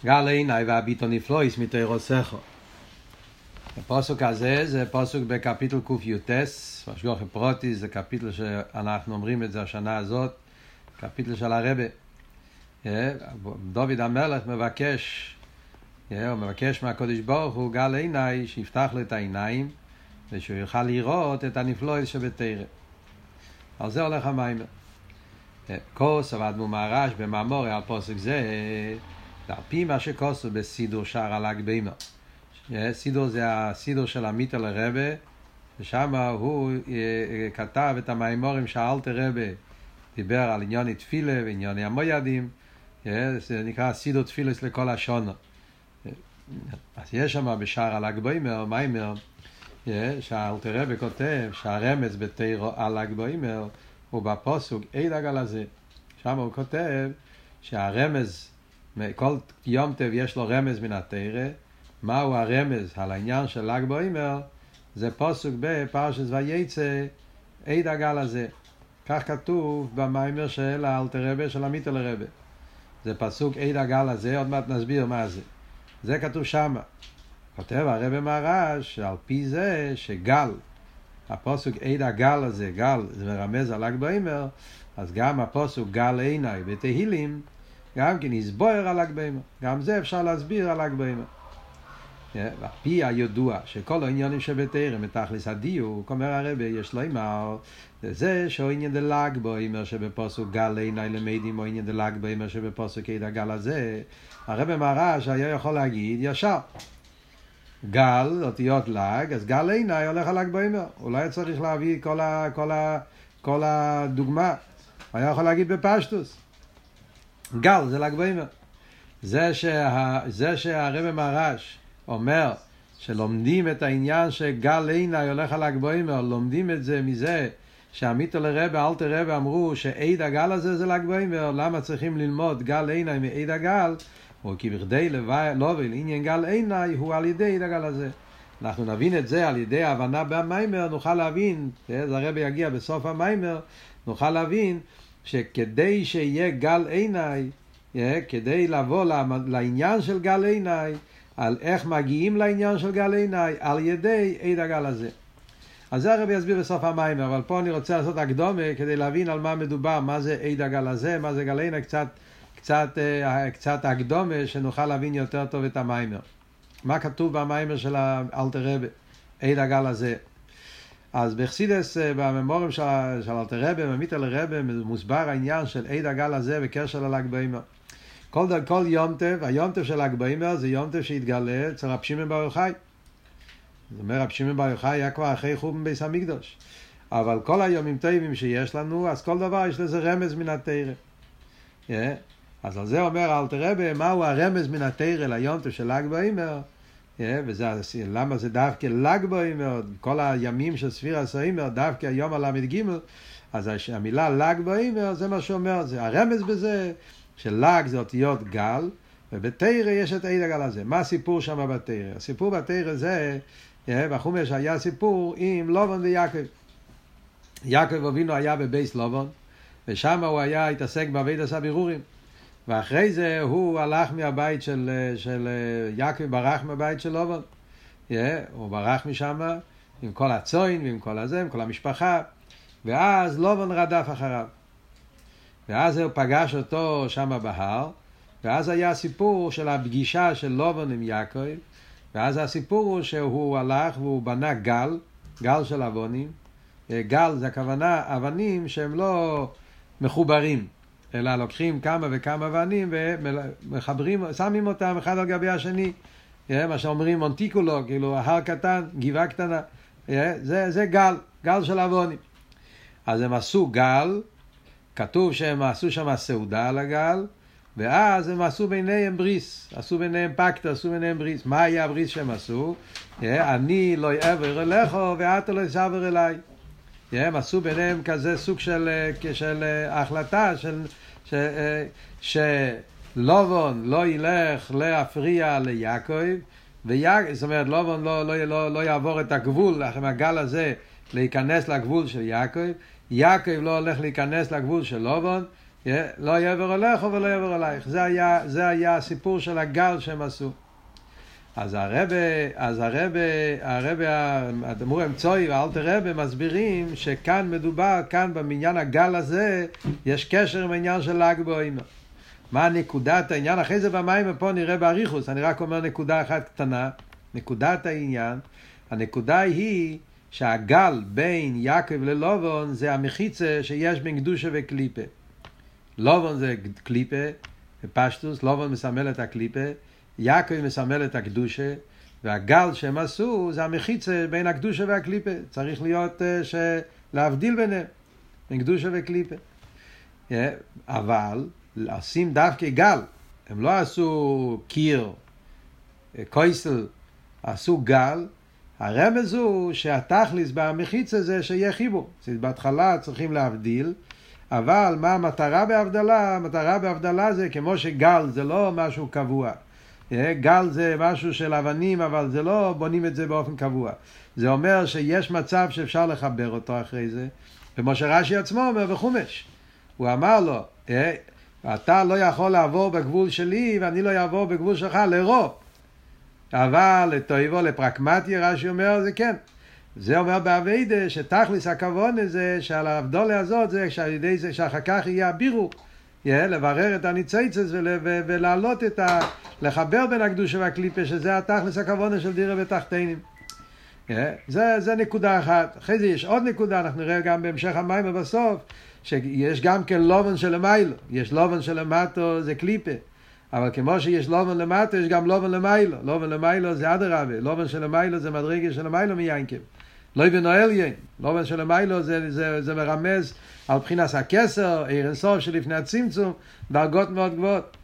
גל עיני והביטו נפלויס מתירוסךו. הפסוק הזה זה פסוק בקפיטל קי"ס, משגוח פרוטיס, זה קפיטל שאנחנו אומרים את זה השנה הזאת, קפיטל של הרבי. דוד המלך מבקש, הוא מבקש מהקדוש ברוך הוא גל עיני שיפתח לו את העיניים ושהוא יוכל לראות את הנפלויס שבתורה. על זה הולך המיימר. כוס עבדנו מהרש במאמורי על פסוק זה, על פי מה שכוסו בסידור שער הל"ג בעומר. סידור זה הסידור של המיטל רבה, ושם הוא כתב את המאמרים שהאלטר רבה דיבר על ענייני תפילה וענייני המוידים. זה נקרא סידור תפילס לכל השונה. אז יש שם בשער הל"ג בעומר מאמר שהאלטר רבה כותב שהרמז בתורה על ל"ג בעומר הוא בפסוק עד הגל הזה. שם הוא כותב שהרמז, כל יום טוב יש לו רמז מן התורה. מהו הרמז על העניין של ל"ג בעומר? זה פסוק בפרשת ויצא עד הגל הזה. כך כתוב במאמר של האלטר רבה של המיטל רבה. זה פסוק עד הגל הזה, עוד מעט נסביר מה זה. זה כתוב שם. כותב הרבי מהר"ש על פי זה שגל, הפסוק עד הגל הזה, גל זה מרמז על ל"ג בעומר, אז גם הפסוק גל עיני בתהילים גם כן יסביר על ל"ג בעומר. גם זה אפשר להסביר על ל"ג בעומר. והפי הידוע שכל העניינים שבתורה מתכלס הדיוק, אומר הרבי יש לומר זה שעניין דל"ג בעומר שבפסוק גל עיני למדים או עניין דל"ג בעומר שבפסוק עד הגל הזה. הרבי מהר"ש היה יכול להגיד ישר גל, אותיות ל"ג, אז גל עיני הולך על ל"ג בעומר. אולי צריך להביא כל הדוגמה. היה יכול להגיד בפשטוס גל זה ל"ג בעומר. זה שהרבי מהר"ש אומר שלומדים את העניין שגל עיני הולך על ל"ג בעומר, לומדים את זה מזה שהמיטל רבה, אלטר רבה אמרו שעד הגל הזה זה ל"ג בעומר. למה צריכים ללמוד גל עיני מעד הגל? או כי בכדי להוביל עניין גל עיני הוא על ידי עד הגל הזה. אנחנו נבין את זה על ידי ההבנה במיימר, נוכל להבין, אז הרבי יגיע בסוף המיימר, נוכל להבין שכדי שיהיה גל עיני, כדי לבוא לעניין של גל עיני, על איך מגיעים לעניין של גל עיני, על ידי עד הגל הזה. אז זה הרבי יסביר בסוף המיימר, אבל פה אני רוצה לעשות הקדומה כדי להבין על מה מדובר, מה זה עד הגל הזה, מה זה גל עיני, קצת הקדומה שנוכל להבין יותר טוב את המיימר. מה כתוב במיימר של האלטר רבה, עד הגל הזה. אז בחסידס, בממורים של האלטר רבה, במיטל רבה, מוסבר העניין של עד הגל הזה בקשר לל"ג בעומר. כל יום טוב, היום טוב של ל"ג בעומר זה יום טוב שהתגלה אצל רב שמעון בר יוחאי. זאת אומרת, רב שמעון בר יוחאי היה כבר אחרי חורבן בית המקדש. אבל כל היומים טובים שיש לנו, אז כל דבר יש לזה רמז מן התורה. אז על זה אומר האלטר רבה, מהו הרמז מן התורה ליום טוב של ל"ג בעומר? למה זה דווקא ל"ג בעומר? כל הימים של ספירס העומר, דווקא היום הל"ג, אז המילה ל"ג בעומר זה מה שאומר, זה הרמז בזה של"ג זה אותיות גל, ובתורה יש את עד הגל הזה. מה הסיפור שם בתורה? הסיפור בתורה זה, בחומש היה סיפור עם לובן ויעקב. יעקב אבינו היה בבייס לובן, ושם הוא היה התעסק בעבודת הבירורים. ואחרי זה הוא הלך מהבית של יעקב, ברח מהבית של לובן. הוא ברח משם עם כל הצוין ועם כל הזה, עם כל המשפחה. ואז לובן רדף אחריו. ואז הוא פגש אותו שם בהר. ואז היה סיפור של הפגישה של לובן עם יעקב. ואז הסיפור הוא שהוא הלך והוא בנה גל של אבנים. גל זה הכוונה אבנים שהם לא מחוברים, אלא לוקחים כמה וכמה אבנים ומחברים, שמים אותם אחד על גבי השני. מה שאומרים מונטיקולו, כאילו הר קטן, גבעה קטנה. זה גל של אבנים. אז הם עשו גל, כתוב שהם עשו שם סעודה על הגל, ואז הם עשו ביניהם בריס, עשו ביניהם פקט, עשו ביניהם בריס. מה היה הבריס שהם עשו? אני לא אעבר אליך ואתה לא תעבר אליי. הם עשו ביניהם כזה סוג של החלטה שלובן לא ילך להפריע ליעקב, זאת אומרת לובן לא יעבור את הגבול, אחרי הגל הזה להיכנס לגבול של יעקב, יעקב לא הולך להיכנס לגבול של לובן, לא יעבור אליך ולא יעבור אלייך. זה היה הסיפור של הגל שהם עשו. אז הרב האדמו"ר אמצעי והאלטר רבי מסבירים שכאן מדובר, כאן במניין הגל הזה יש קשר עם העניין של ל"ג בעומר. מה נקודת העניין? אחרי זה במים פה נראה באריכוס, אני רק אומר נקודה אחת קטנה. נקודת העניין, הנקודה היא שהגל בין יעקב ללובון זה המחיצה שיש בין קדושה וקליפה. לובון זה קליפה, פשטוס, לובון מסמל את הקליפה, יעקב מסמל את הקדושה, והגל שהם עשו זה המחיצה בין הקדושה והקליפה. צריך להיות להבדיל ביניהם, בין קדושה וקליפה. אבל עושים דווקא גל, הם לא עשו קיר, קויסל, עשו גל. הרמז הוא שהתכליס במחיצה זה שיהיה חיבור. בהתחלה צריכים להבדיל, אבל מה המטרה בהבדלה? המטרה בהבדלה זה כמו שגל זה לא משהו קבוע. גל זה משהו של אבנים, אבל זה לא בונים את זה באופן קבוע. זה אומר שיש מצב שאפשר לחבר אותו אחרי זה. כמו שרש"י עצמו אומר בחומש. הוא אמר לו, אתה לא יכול לעבור בגבול שלי ואני לא אעבור בגבול שלך לרוב. אבל לתויבו, לפרקמטיה, רש"י אומר, זה כן. זה אומר בעבודה שתכליס הכוון זה שעל ההבדלה הזאת זה שעל ידי זה שאחר כך יהיה הבירור, לברר את הניצייצס ולהעלות לחבר בין הקדושה והקליפה, שזה התכליס הכוון של דירה בתחתינים. זה נקודה אחת. אחרי זה יש עוד נקודה, אנחנו נראה גם בהמשך המים ובסוף, שיש גם כן לובן של המיילו. יש לובן של המטו, זה קליפה. אבל כמו שיש לובן למטו, יש גם לובן למיילו. לובן למיילו זה אדרבה. לובן של המיילו זה מדרגה של המיילו מיינקב. לא בנואל יין. לובן של המיילו זה מרמז על בחינת הכסר, עיר אינסוף שלפני הצמצום, דרגות מאוד גבוהות.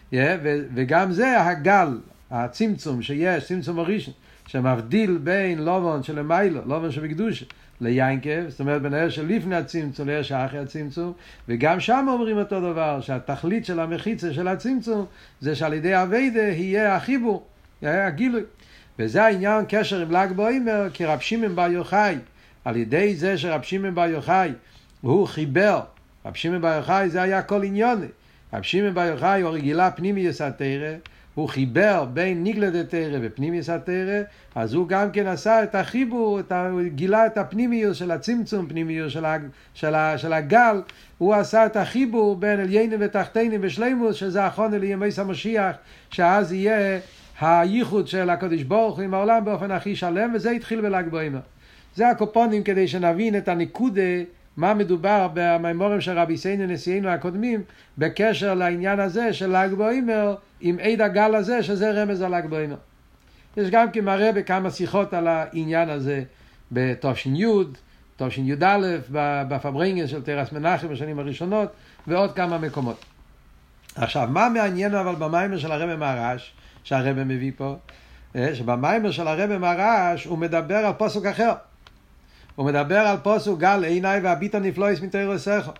וגם זה הגל, הצמצום שיש, צמצום הראשון, שמבדיל בין לובן של המיילו, לובן שבקדושה, ליינקב, זאת אומרת בין העיר של לפני הצמצום לעיר שאחרי הצמצום, וגם שם אומרים אותו דבר, שהתכלית של המחיצה של הצמצום, זה שעל ידי עבודה יהיה החיבור, יהיה הגילוי. וזה העניין קשר עם ל"ג בעומר, כי רב שמעון בר יוחאי, על ידי זה שרב שמעון בר יוחאי, הוא חיבר, רב שמעון בר יוחאי זה היה כל עניון, רב שמעון בר יוחאי הוא רגילה פנימיוס התורה, הוא חיבר בין נגלת התורה ופנימיוס התורה, אז הוא גם כן עשה את החיבור, הוא גילה את הפנימיוס של הצמצום, פנימיוס של הגל, הוא עשה את החיבור בין עליינים ותחתינים בשלימוס, שזה הכנה לימי המשיח, שאז יהיה הייחוד של הקדוש ברוך הוא עם העולם באופן הכי שלם, וזה התחיל בל"ג בעומר. זה הקופונים כדי שנבין את הנקודה, מה מדובר במימורים של רבי סיינו נשיאנו הקודמים, בקשר לעניין הזה של ל"ג בעומר, עם עד הגל הזה, שזה רמז על ל"ג בעומר. יש גם כמראה בכמה שיחות על העניין הזה, בתוש"י, תוש"י א', בפברנגס של תרס מנחם בשנים הראשונות, ועוד כמה מקומות. עכשיו, מה מעניין אבל במיימר של הרב מהר"ש, שהרב מביא פה, שבמיימר של הרב מהר"ש הוא מדבר על פסוק אחר. הוא מדבר על פסוק גל עיני והביט הנפלויס מתורתך.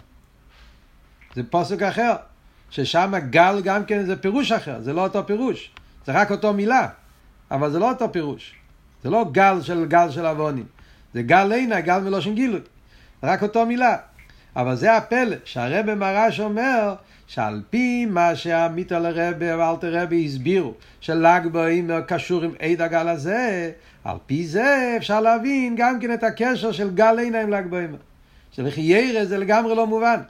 זה פסוק אחר, ששם גל גם כן זה פירוש אחר, זה לא אותו פירוש, זה רק אותו מילה, אבל זה לא אותו פירוש. זה לא גל של אבונים, זה גל עיני, גל מלושן גילוי, רק אותו מילה. אבל זה הפלא, שהרב מהר"ש אומר, שעל פי מה שהמיטה לרבי ואלתר רבי הסבירו, של"ג בעומר קשור עם עד הגל הזה, על פי זה אפשר להבין גם כן את הקשר של גל עיני עם ל"ג בעומר. שלחיירא זה לגמרי לא מובן.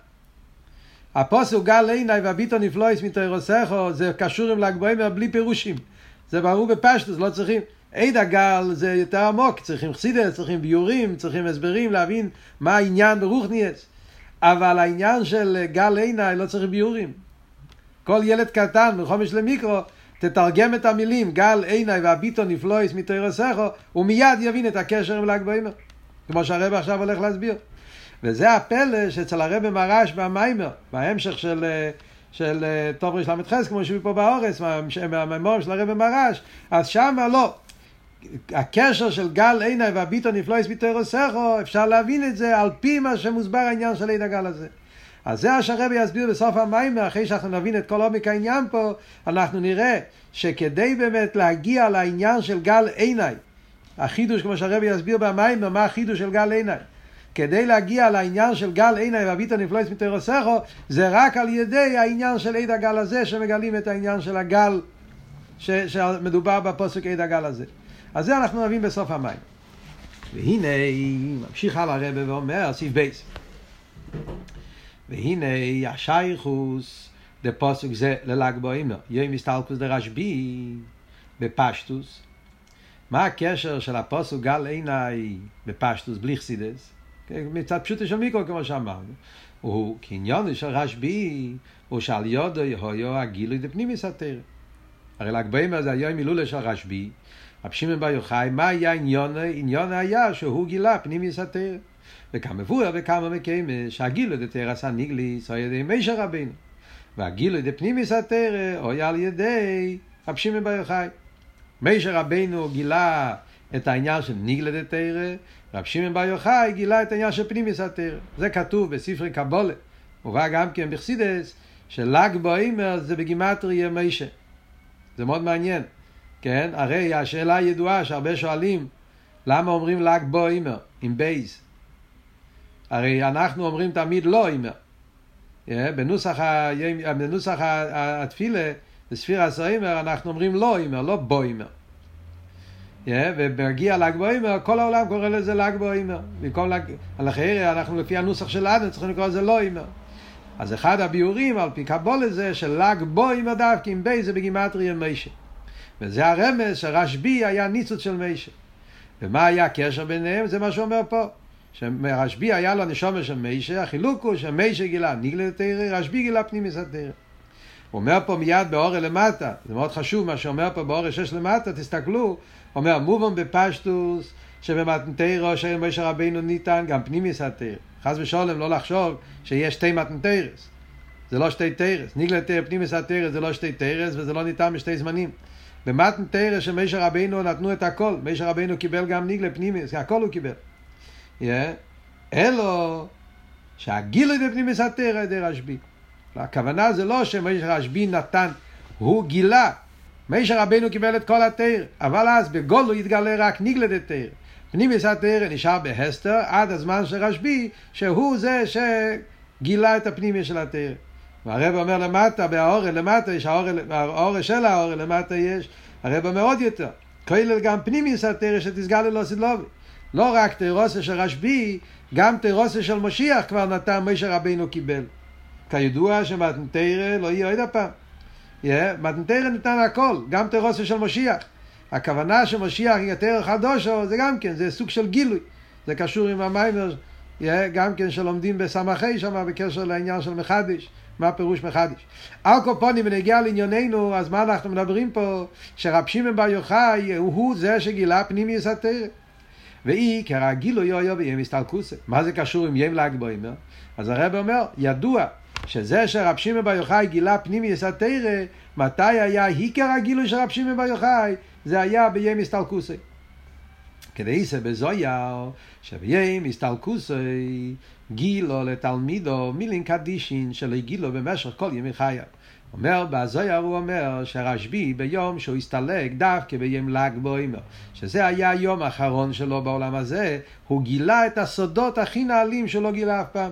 הפסוק גל עיני והביט הנפלויס מתורתך זה קשור עם ל"ג בעומר בלי פירושים. זה ברור בפשטוס, לא צריכים. עד הגל זה יותר עמוק, צריכים חסידות, צריכים ביורים, צריכים הסברים להבין מה העניין ברוחניאס. אבל העניין של גל עיני לא צריך ביורים. כל ילד קטן מחומש למיקרו תתרגם את המילים גל עיני והביט הנפלויס מתורתך, הוא מיד יבין את הקשר עם ל"ג בעומר, כמו שהרב עכשיו הולך להסביר. וזה הפלא שאצל הרב מהר"ש במיימר, בהמשך של טוב ריש ל"ח, כמו שהוא פה באורץ, מהמימורים של הרב מהר"ש, אז שם לא. הקשר של גל עיני והביט הנפלויס מתורתך, אפשר להבין את זה על פי מה שמוסבר העניין של עד הגל הזה. אז זה שהרבי יסביר בסוף המיימר, אחרי שאנחנו נבין את כל עומק העניין פה, אנחנו נראה שכדי באמת להגיע לעניין של גל עיני, החידוש כמו שהרבי יסביר במיימר, מה החידוש של גל עיני? כדי להגיע לעניין של גל עיני והביטו נפלויס מתרוסךו, זה רק על ידי העניין של עד הגל הזה, שמגלים את העניין של הגל, שמדובר בפסוק עד הגל הזה. אז זה אנחנו נבין בסוף המים. והנה, ממשיך על הרב ואומר, סעיף בייס. והנה, השייכוס דפסוק זה לל"ג בעומר, יום הסתלקוס דרשב"י בפשטוס. מה הקשר של הפסוק גל עיני בפשטוס בלי חסידס? מצד פשוטו של מיקרו, כמו שאמרנו. הוא קניון של רשב"י, הוא שעל יודו יהיו הגילוי דפנימיוס התורה. הרי ל"ג בעומר זה היום הילולה של רשב"י. רב שמעון בר יוחאי, מה היה עניון? עניון היה שהוא גילה פנימיוס התורה. וכמבואר וכמה מקיימס שהגילוי דתורה עשה ניגליס על ידי משה רבינו, והגילוי דפנימיוס התורה היה על ידי רב שמעון בר יוחאי. משה רבינו גילה את העניין של ניגלה דתורה, רב שמעון בר יוחאי גילה את העניין של פנימיוס התורה. זה כתוב בספרי קבלה, ובא גם כן בחסידס, של"ג בעומר זה בגימטריה משה. זה מאוד מעניין, כן? הרי השאלה הידועה שהרבה שואלים, למה אומרים ל"ג בעומר עם בייס? הרי אנחנו אומרים תמיד לא עומר. בנוסח התפילה, בספירס העומר, אנחנו אומרים לא עומר, לא בו עומר. ובהגיע ל"ג בעומר, כל העולם קורא לזה ל"ג בעומר. על אחרי, אנחנו לפי הנוסח של אדם צריכים לקרוא לזה לא עומר. אז אחד הביורים על פי קבלה זה של ל"ג בעומר דווקא עם בייס זה בגימטריה משה. וזה הרמז שרשב"י היה ניצוץ של משה. ומה היה הקשר ביניהם? זה מה שאומר פה. שרשב"י היה לו נשמה של משה, החילוק הוא שמשה גילה ניגלה דתורה, רשב"י גילה פנימיוס התורה. הוא אומר פה מיד באור למטה, זה מאוד חשוב מה שאומר פה באור 6 למטה, תסתכלו, אומר מובן בפשטוס שבמתנתרא של משה רבינו ניתן גם פנימיוס התורה. חס ושלום לא לחשוב שיש שתי מתנתרס, זה לא שתי תרס, ניגלה דתורה פנימיוס התורה זה לא שתי תרס וזה לא ניתן בשתי זמנים. במתנתרא של משה רבינו נתנו את הכל, משה רבינו קיבל גם ניגלה פנימיוס, הכל הוא קיבל. אלו שהגילוי דפנימיוס התורה זה רשב"י. הכוונה זה לא שמשה רשב"י נתן, הוא גילה. משה רבינו קיבל את כל התורה, אבל אז בגולו יתגלה רק ניגלה דתורה. פנימיוס התורה נשאר בהסתר עד הזמן של רשב"י, שהוא זה שגילה את הפנימיוס של התורה. והרב אומר למטה, באור למטה יש האור של האור למטה יש, הרב אומר עוד יותר, כולל גם פנימיוס התורה שתסגל ללא סדלובי. לא רק תירוסה של רשב"י, גם תירוסה של משיח כבר נתן משה רבינו קיבל. כידוע שמתנתרא לא יהיה עוד הפעם. מתנתרא ניתן הכל, גם תירוסה של משיח. הכוונה שמשיח יהיה תרא חדושו, זה גם כן, זה סוג של גילוי. זה קשור עם המיימר, גם כן שלומדים בסמכי שם, בקשר לעניין של מחדש. מה פירוש מחדש? על כל פנים ונגיע לענייננו, אז מה אנחנו מדברים פה? שרב שמעון בר יוחאי הוא זה שגילה פנימיוס התורה. ואי כרגיל יהיה ביום הסתלקוס. מה זה קשור עם יום ל"ג בעומר? אז הרב אומר, ידוע שזה שרב שמעון בר יוחאי גילה פנימיוס התורה, מתי היה עיקר הגילוי של רב שמעון בר יוחאי? זה היה ביום הסתלקוס. כדי שבזויר שביום הסתלקוס גילו לתלמידו מילין קדישין שלא גילו במשך כל ימי חייו. אומר בזויר, הוא אומר שרשב"י ביום שהוא הסתלק דווקא ביום ל"ג בעומר, שזה היה היום האחרון שלו בעולם הזה, הוא גילה את הסודות הכי נעלים שלא גילה אף פעם.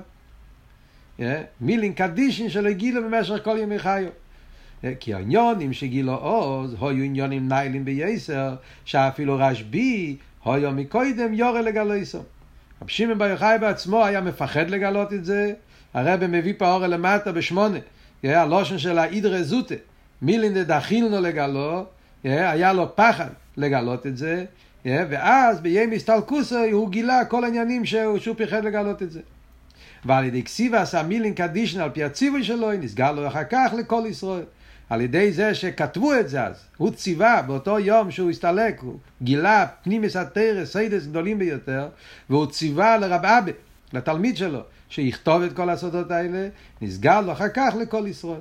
מילין קדישין שלא גילו במשך כל ימי חיו. כי העניונים שגילו עוז היו עניונים נעלים בייסר, שאפילו רשב"י היו מקודם יורה לגלויסו. רב שמעון בר יוחאי בעצמו היה מפחד לגלות את זה. הרב מביא פה אור למטה ב8, הלושן של האידרא זוטה, מילין דדחילנו לגלו, היה לו פחד לגלות את זה, ואז ביום הסתלקוס הוא גילה כל העניינים שהוא פחד לגלות את זה. ועל ידי כסיבה עשה מילין קדישן על פי הציווי שלו, נסגר לו אחר כך לכל ישראל. על ידי זה שכתבו את זה אז, הוא ציווה באותו יום שהוא הסתלק, הוא גילה פנימיוס התורה, סיידס גדולים ביותר, והוא ציווה לרב אבא, לתלמיד שלו, שיכתוב את כל הסודות האלה, נסגר לו אחר כך לכל ישראל.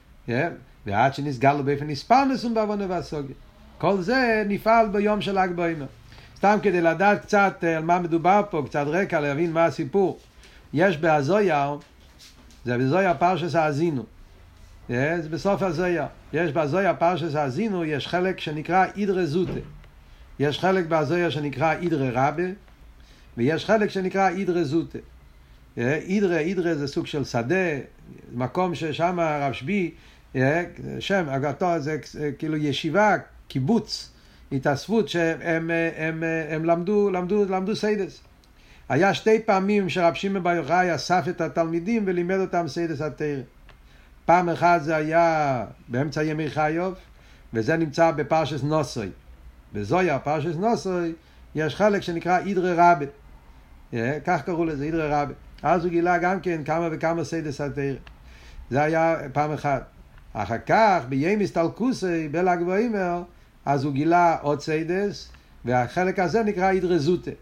ועד שנסגר לו באופן נספרנסום בעוונה והסוגיה. כל זה נפעל ביום של ל"ג בעומר. סתם כדי לדעת קצת על מה מדובר פה, קצת רקע, להבין מה הסיפור. יש בהזויר, זה בזויר פרשת האזינו. זה בסוף הזויר. יש בהזויר פרשת האזינו, יש חלק שנקרא אידרא זוטה. יש חלק בהזויר שנקרא אידרא רבה, ויש חלק שנקרא אידרא זוטה. אידרא זה סוג של שדה, מקום ששם הרב שבי, שם הגעתו זה כאילו ישיבה, קיבוץ, התאספות שהם למדו סיידס. היה שתי פעמים שרב שמעון בר יוחאי אסף את התלמידים ולימד אותם סיידס התורה. פעם אחת זה היה באמצע ימי חיוב, וזה נמצא בפרשס נוסוי. בזויה, פרשס נוסוי, יש חלק שנקרא אידרא רבה. כך קראו לזה, אידרא רבה. אז הוא גילה גם כן כמה וכמה סיידס התורה. זה היה פעם אחת. אחר כך, בימי סטלקוסי, בל"ג בעומר, אז הוא גילה עוד סיידס, והחלק הזה נקרא אידרא זוטה.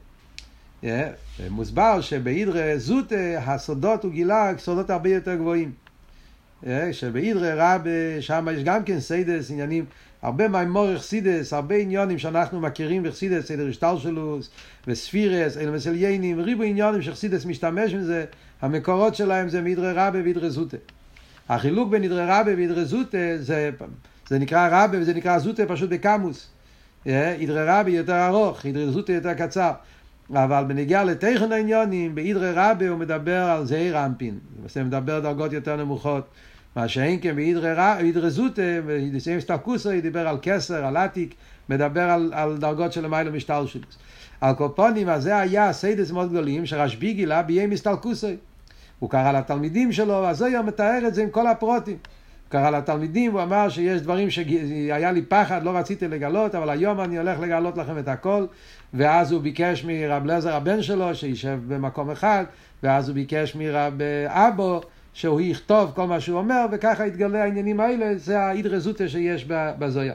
מוסבר שבאידרא זוטה הסודות הוא גילה סודות הרבה יותר גבוהים. שבאידרא רבה שם יש גם כן סיידס, עניינים, הרבה מימור חסידס, הרבה עניונים שאנחנו מכירים בחסידס, סדר השתלשלוס וספירס, אלה מסליינים, ריבו עניונים שחסידס משתמש בזה, המקורות שלהם זה מאידרא רבה ואידרא זוטה. החילוק בין אידרא רבה ואידרא זוטה זה נקרא רבה וזה נקרא זוטה פשוט בקמוס. אידרא רבה יותר ארוך, אידרא זוטה יותר קצר. אבל בנגיע לתכן העניונים, באידרא רבה הוא מדבר על זעיר אנפין. הוא מדבר דרגות יותר נמוכות. מה שאין כן באידרא זוטה, בסיים סטלקוסו, הוא דיבר על כסר, על עתיק, מדבר על דרגות של מיילו משתלשלוס. על קופונים, אז זה היה סיידס מאוד גדולים, שרשב"י גילה בימי סטלקוסו. הוא קרא לתלמידים שלו, אז הוא מתאר את זה עם כל הפרוטים. הוא קרא לתלמידים, הוא אמר שיש דברים שהיה לי פחד, לא רציתי לגלות, אבל היום אני הולך לגלות לכם את הכל. ואז הוא ביקש מרב לזר הבן שלו שישב במקום אחד, ואז הוא ביקש מרב אבו שהוא יכתוב כל מה שהוא אומר, וככה התגלה העניינים האלה, זה האידרא זוטה שיש בזויה.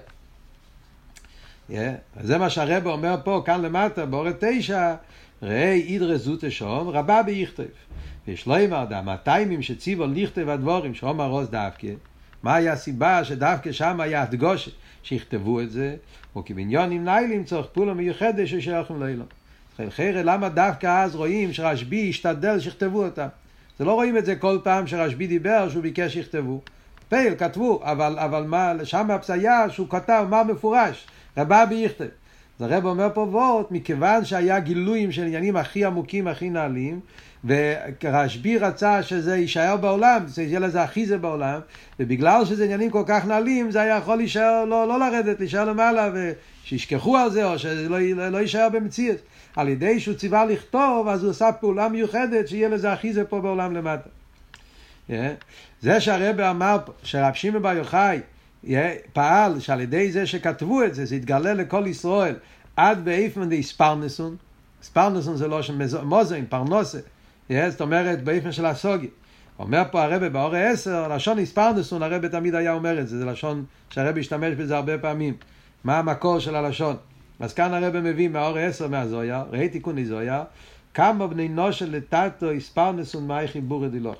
זה מה שהרב אומר פה, כאן למטה, באורת 9, ראי אידרא זוטה שום, רבה ביכתב. ויש לו אמר דה, 200 שציבו לכתב הדבורים, שאומר רוס דווקא, מה היה הסיבה שדווקא שם היה הדגושת, שיכתבו את זה, או כי בעניונים ניילים צורך פעולה מיוחדת ששייכים לאילון. חיירה, למה דווקא אז רואים שרשב"י השתדל שיכתבו אותם? זה לא רואים את זה כל פעם שרשב"י דיבר שהוא ביקש שיכתבו. פייל, כתבו, אבל מה, שם הפסיה שהוא כתב, מה מפורש? רבה ביכתב. אז הרב אומר פה וורט, מכיוון שהיה גילויים של עניינים הכי עמוקים, הכי נעלים, ורשב"י רצה שזה יישאר בעולם, שיהיה לזה אחיזה בעולם, ובגלל שזה עניינים כל כך נעלים, זה היה יכול להישאר, לא לרדת, להישאר למעלה, ושישכחו על זה, או שלא יישאר במציאות. על ידי שהוא ציווה לכתוב, אז הוא עושה פעולה מיוחדת, שיהיה לזה אחיזה פה בעולם למטה. זה שהרב אמר, שרב שמעון בר יוחאי פעל, שעל ידי זה שכתבו את זה, זה התגלה לכל ישראל, עד באיפן די ספרנסון. ספרנסון זה לא מוזן, פרנוסה. זאת אומרת, באיפן של הסוגי. אומר פה הרב באור 10, לשון הספרנסון, הרב תמיד היה אומר את זה, זה לשון שהרב השתמש בזה הרבה פעמים. מה המקור של הלשון? אז כאן הרב מביא מאור 10 מהזויה, ראי תיקון הזויה, כמה בני נושל לטאטו הספרנסון מאי חיבור דילוך.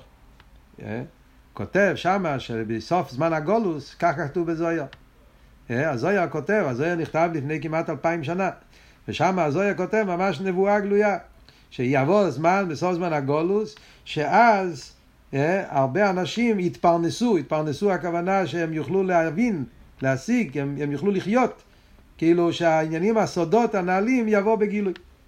כותב שמה שבסוף זמן הגולוס, כך כתוב בזויה. הזויה כותב, הזויה נכתב לפני כמעט 2000 שנה, ושם הזויה כותב ממש נבואה גלויה, שיבוא זמן, בסוף זמן הגולוס, שאז הרבה אנשים יתפרנסו הכוונה שהם יוכלו להבין, להשיג, הם יוכלו לחיות, כאילו שהעניינים, הסודות, הנעלים יבוא בגילוי.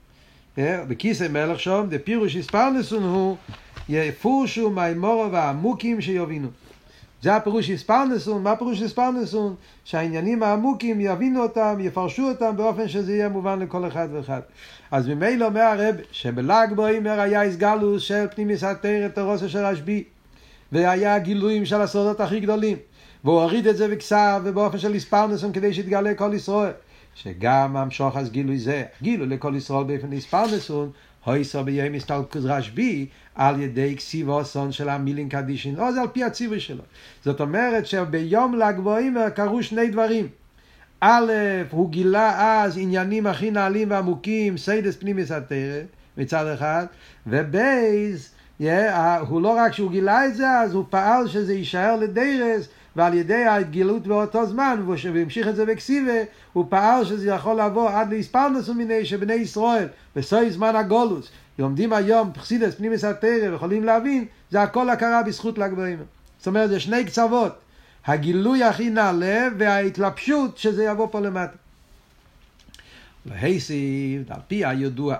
בכיסא מלך שום, דפירוש הספרנסון הוא, יפורשו מהאמורו והעמוקים שיובינו. זה הפירוש הספרנסון. מה פירוש הספרנסון? שהעניינים העמוקים יבינו אותם, יפרשו אותם באופן שזה יהיה מובן לכל אחד ואחד. אז ממילא אומר הרב שבל"ג בעומר היה הסגלוס של פנימיוס התורה תורתו של רשב"י, והיה גילויים של הסודות הכי גדולים, והוא הוריד את זה בכסף ובאופן של הספרנסון כדי שיתגלה כל ישראל, שגם המשוך אז גילוי זה, גילוי לכל ישראל באופן הספרנסון, הויסו בימי סטלקוס רשב"י על ידי כסיב אוסון של המילין קדישין, או זה על פי הציווי שלו. זאת אומרת שביום ל"ג בעומר קרו שני דברים. א', הוא גילה אז עניינים הכי נעלים ועמוקים, סיידס פנימיוס התורה מצד אחד, ובייז, הוא לא רק שהוא גילה את זה, אז הוא פעל שזה יישאר לדרס, ועל ידי ההתגלות באותו זמן, והמשיך את זה בכסיבה, הוא פעל שזה יכול לבוא עד להספרנסון מיני שבני ישראל, בסוי זמן הגולוס, לומדים היום פחסידס פנימיוס התורה ויכולים להבין, זה הכל הכרה בזכות ל"ג בעומר. זאת אומרת, זה שני קצוות, הגילוי הכי נעלה וההתלבשות שזה יבוא פה למטה. להיסיב, על פי הידוע,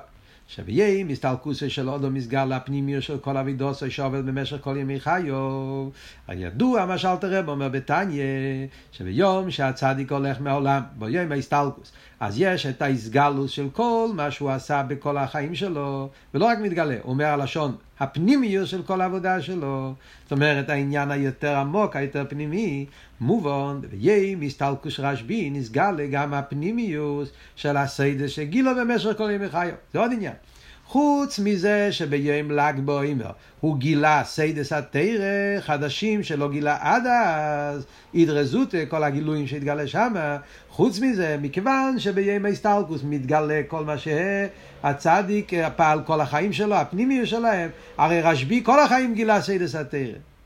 שביהי מסתלקוסי של אודו מסגר לפנימיות של כל אבידוסו שעובד במשך כל ימי חיו. הידוע מה שאלתר רבי אומר בתניא, שביום שהצדיק הולך מהעולם, ביום ההסתלקוס, אז יש את ההסגלוס של כל מה שהוא עשה בכל החיים שלו, ולא רק מתגלה, הוא אומר הלשון, הפנימיות של כל העבודה שלו. זאת אומרת, העניין היותר עמוק, היותר פנימי, מובן, ויהי מסתלקוס רשב"י, נסגלה גם הפנימיות של הסדר שגילו במשך כל ימי חיו. זה עוד עניין. חוץ מזה שביום ל"ג בעומר הוא גילה סיידס התורה חדשים שלא גילה עד אז, ידרזות כל הגילויים שהתגלה שם. חוץ מזה, מכיוון שביום ההסתלקוס מתגלה כל מה שהצדיק פעל כל החיים שלו, הפנימיות שלהם, הרי רשב"י כל החיים גילה סיידס התורה.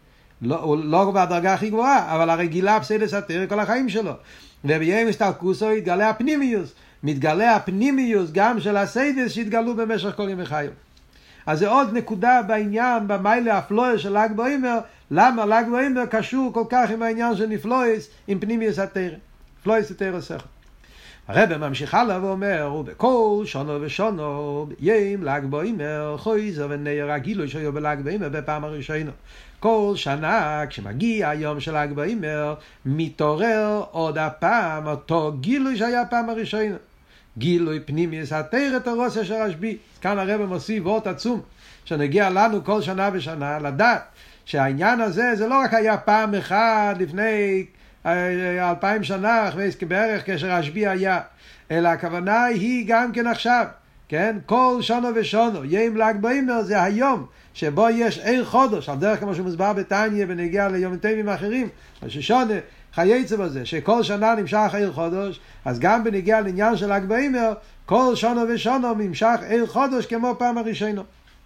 לא בדרגה הכי גבוהה, אבל הרי גילה סיידס התורה כל החיים שלו. וביום ההסתלקוס התגלה הפנימיוס. מתגלה הפנימיוס גם של הסיידס שהתגלו במשך כל ימי חיו. אז זה עוד נקודה בעניין, במיילה הפלואה של ל"ג בעומר, למה ל"ג בעומר קשור כל כך עם העניין של נפלויס, עם פנימיוס התורה. פלויס התורה שכל. הרב ממשיך הלאה ואומר, ובכל שונו ושונו, יום ל"ג בעומר, חויזר ונער הגילוי שהיו בל"ג בעומר בפעם הראשונה. כל שנה כשמגיע היום של ל"ג בעומר, מתעורר עוד הפעם אותו גילוי שהיה פעם הראשונה. גילוי פנימיוס התורה תורוסיה של רשב"י. כאן הרב מוסיף וורט עצום, שנגיע לנו כל שנה ושנה לדעת שהעניין הזה זה לא רק היה פעם אחת לפני 2000 שנה, בערך כשרשב"י היה, אלא הכוונה היא גם כן עכשיו, כן? כל שונו ושונו, יום ל"ג בעומר זה היום שבו יש עיר חודש, על דרך כמו שמוסבר בתניא בנגיע ליום טובים אחרים, ששונה חייצה בזה, שכל שנה נמשך עיר חודש, אז גם בנגיע לעניין של ל"ג בעומר, כל שונו ושונו נמשך עיר חודש כמו פעם הראשונה.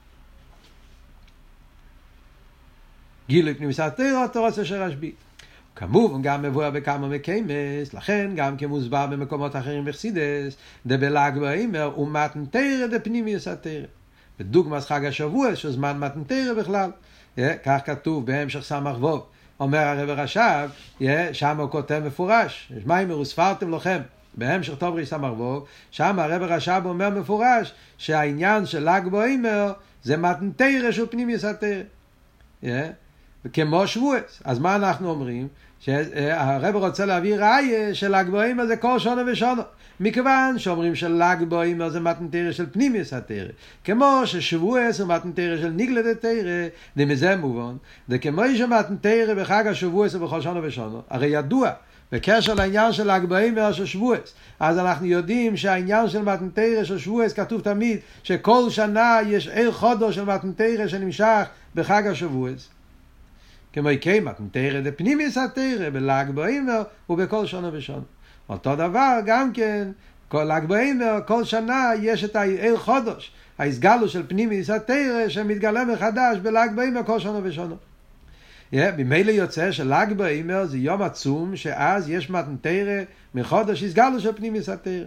גילוי פנימיוס התורה תורוסיה של רשב"י. כמובן גם מבואר בכמה מקיימס, לכן גם כמוסבר במקומות אחרים בחסידות, דבל"ג בעומר ומתן תורה דפנימיוס התורה. בדוגמת חג השבוע, שזמן מתן תורה בכלל. כך כתוב בהמשך סמ"ך ו', אומר הרב רש"ב, שם הוא כותב מפורש, מיימר וספרתם לכם, בהמשך טוב סמ"ך ו', שם הרב רש"ב אומר מפורש, שהעניין של ל"ג בעומר זה מתן תורה של פנימיוס התורה. כמו שבועס. אז מה אנחנו אומרים? שהרב רוצה להביא ראיה של ל"ג בעומר זה כל שונו ושונו. מכיוון שאומרים של"ג בעומר זה מתן תורה של פנימיוס התורה. כמו ששבועס הוא מתן תורה של נגלת תורה, ומזה מובן. וכמו שמתן תורה בחג השבועס ובכל שונו ושונו. הרי ידוע, בקשר לעניין של ל"ג בעומר של שבועס, אז אנחנו יודעים שהעניין של מתן תורה של שבועס כתוב תמיד שכל שנה יש עיר חודש של מתן תורה שנמשך בחג השבועס. כמו יקיים מתן תורה דפנימיוס התורה בל"ג בעומר ובכל שונו ושונו. אותו דבר גם כן, כל ל"ג בעומר, כל שנה יש את העיר חודש, ההסגלוס של פנימיוס התורה שמתגלה מחדש בל"ג בעומר כל שונו ושונו. במילא יוצא של"ג בעומר זה יום עצום, שאז יש מתן תורה מחודש הסגלוס של פנימיוס התורה.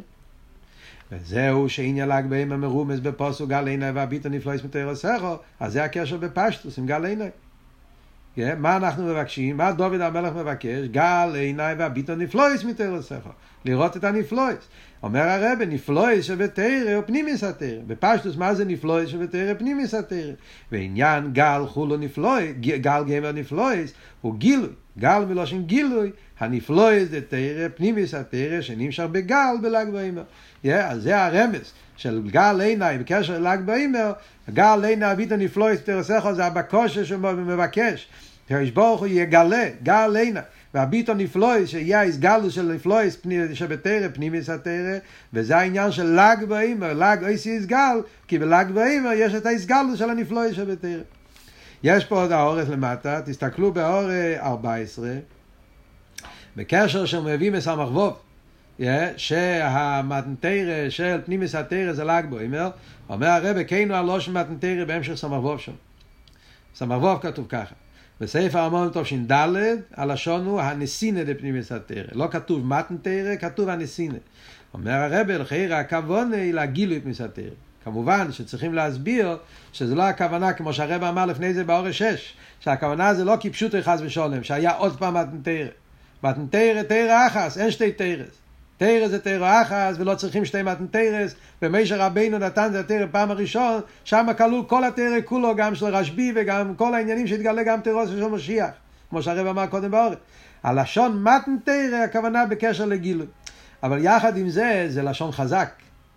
וזהו שעניין ל"ג בעומר מרומז בפסוק גל עיני והביטו נפלויס מתורסך, אז זה הקשר בפשטוס עם גל עיני. מה אנחנו מבקשים? מה דוד המלך מבקש? גל עיני והביטו נפלויס מתורסך, לראות את הנפלויס. אומר הרב, נפלויס שבתורה הוא פנימיוס התורה. בפשטוס מה זה נפלויס שבתורה פנימיוס התורה? ועניין גל חולו נפלויס, גל גמר נפלויס, הוא גילוי. גל מלושן גילוי, הנפלויס זה תורה פנימיוס התורה שנמשך בגל בל"ג בעומר. אז זה הרמז של גל עיני בקשר ל"ג בעומר. גל עיני והביטו נפלויס מתורסך זה הבקשה שמבקש. הקדוש ברוך הוא יגלה, גל עיני והביטו נפלויס, שיהיה הסגלוס של נפלויס שבתורה פנימיוס התורה, וזה העניין של ל"ג בעומר. ל"ג איסי הסגל, כי בל"ג בעומר יש את ההסגלוס של הנפלויס שבתורה. יש פה עוד האורס למטה, תסתכלו באור 14, בקשר שמביא מסמ"ך ו', שהמתן תורה של פנימיוס התורה זה ל"ג בעומר. אומר הרב, קיינו הלושן מתן תורה בהמשך סמ"ך ו' שם. סמ"ך ו' כתוב ככה. בספר המון תש"ד הלשון הוא הנסינה דפנימיוס התורה. לא כתוב מתן תורה, כתוב הנסינה. אומר הרב, לכאורה הכוונה היא לגילוי פנימיוס התורה. כמובן שצריכים להסביר שזה לא הכוונה כמו שהרב אמר לפני זה באור 6, שהכוונה זה לא כפשוטו חס ושלום, שהיה עוד פעם מתן תורה. מתן תורה, תורה אחת, אין שתי תורות. תרא זה תרא אחת, ולא צריכים שתי מתנתרס, ומשה רבינו נתן זה התרא פעם הראשון, שם כלול כל התרא כולו, גם של רשב"י וגם כל העניינים שהתגלה גם תרא של משיח, כמו שהרב אמר קודם באורץ. הלשון מתנתרא הכוונה בקשר לגילוי. אבל יחד עם זה, זה לשון חזק.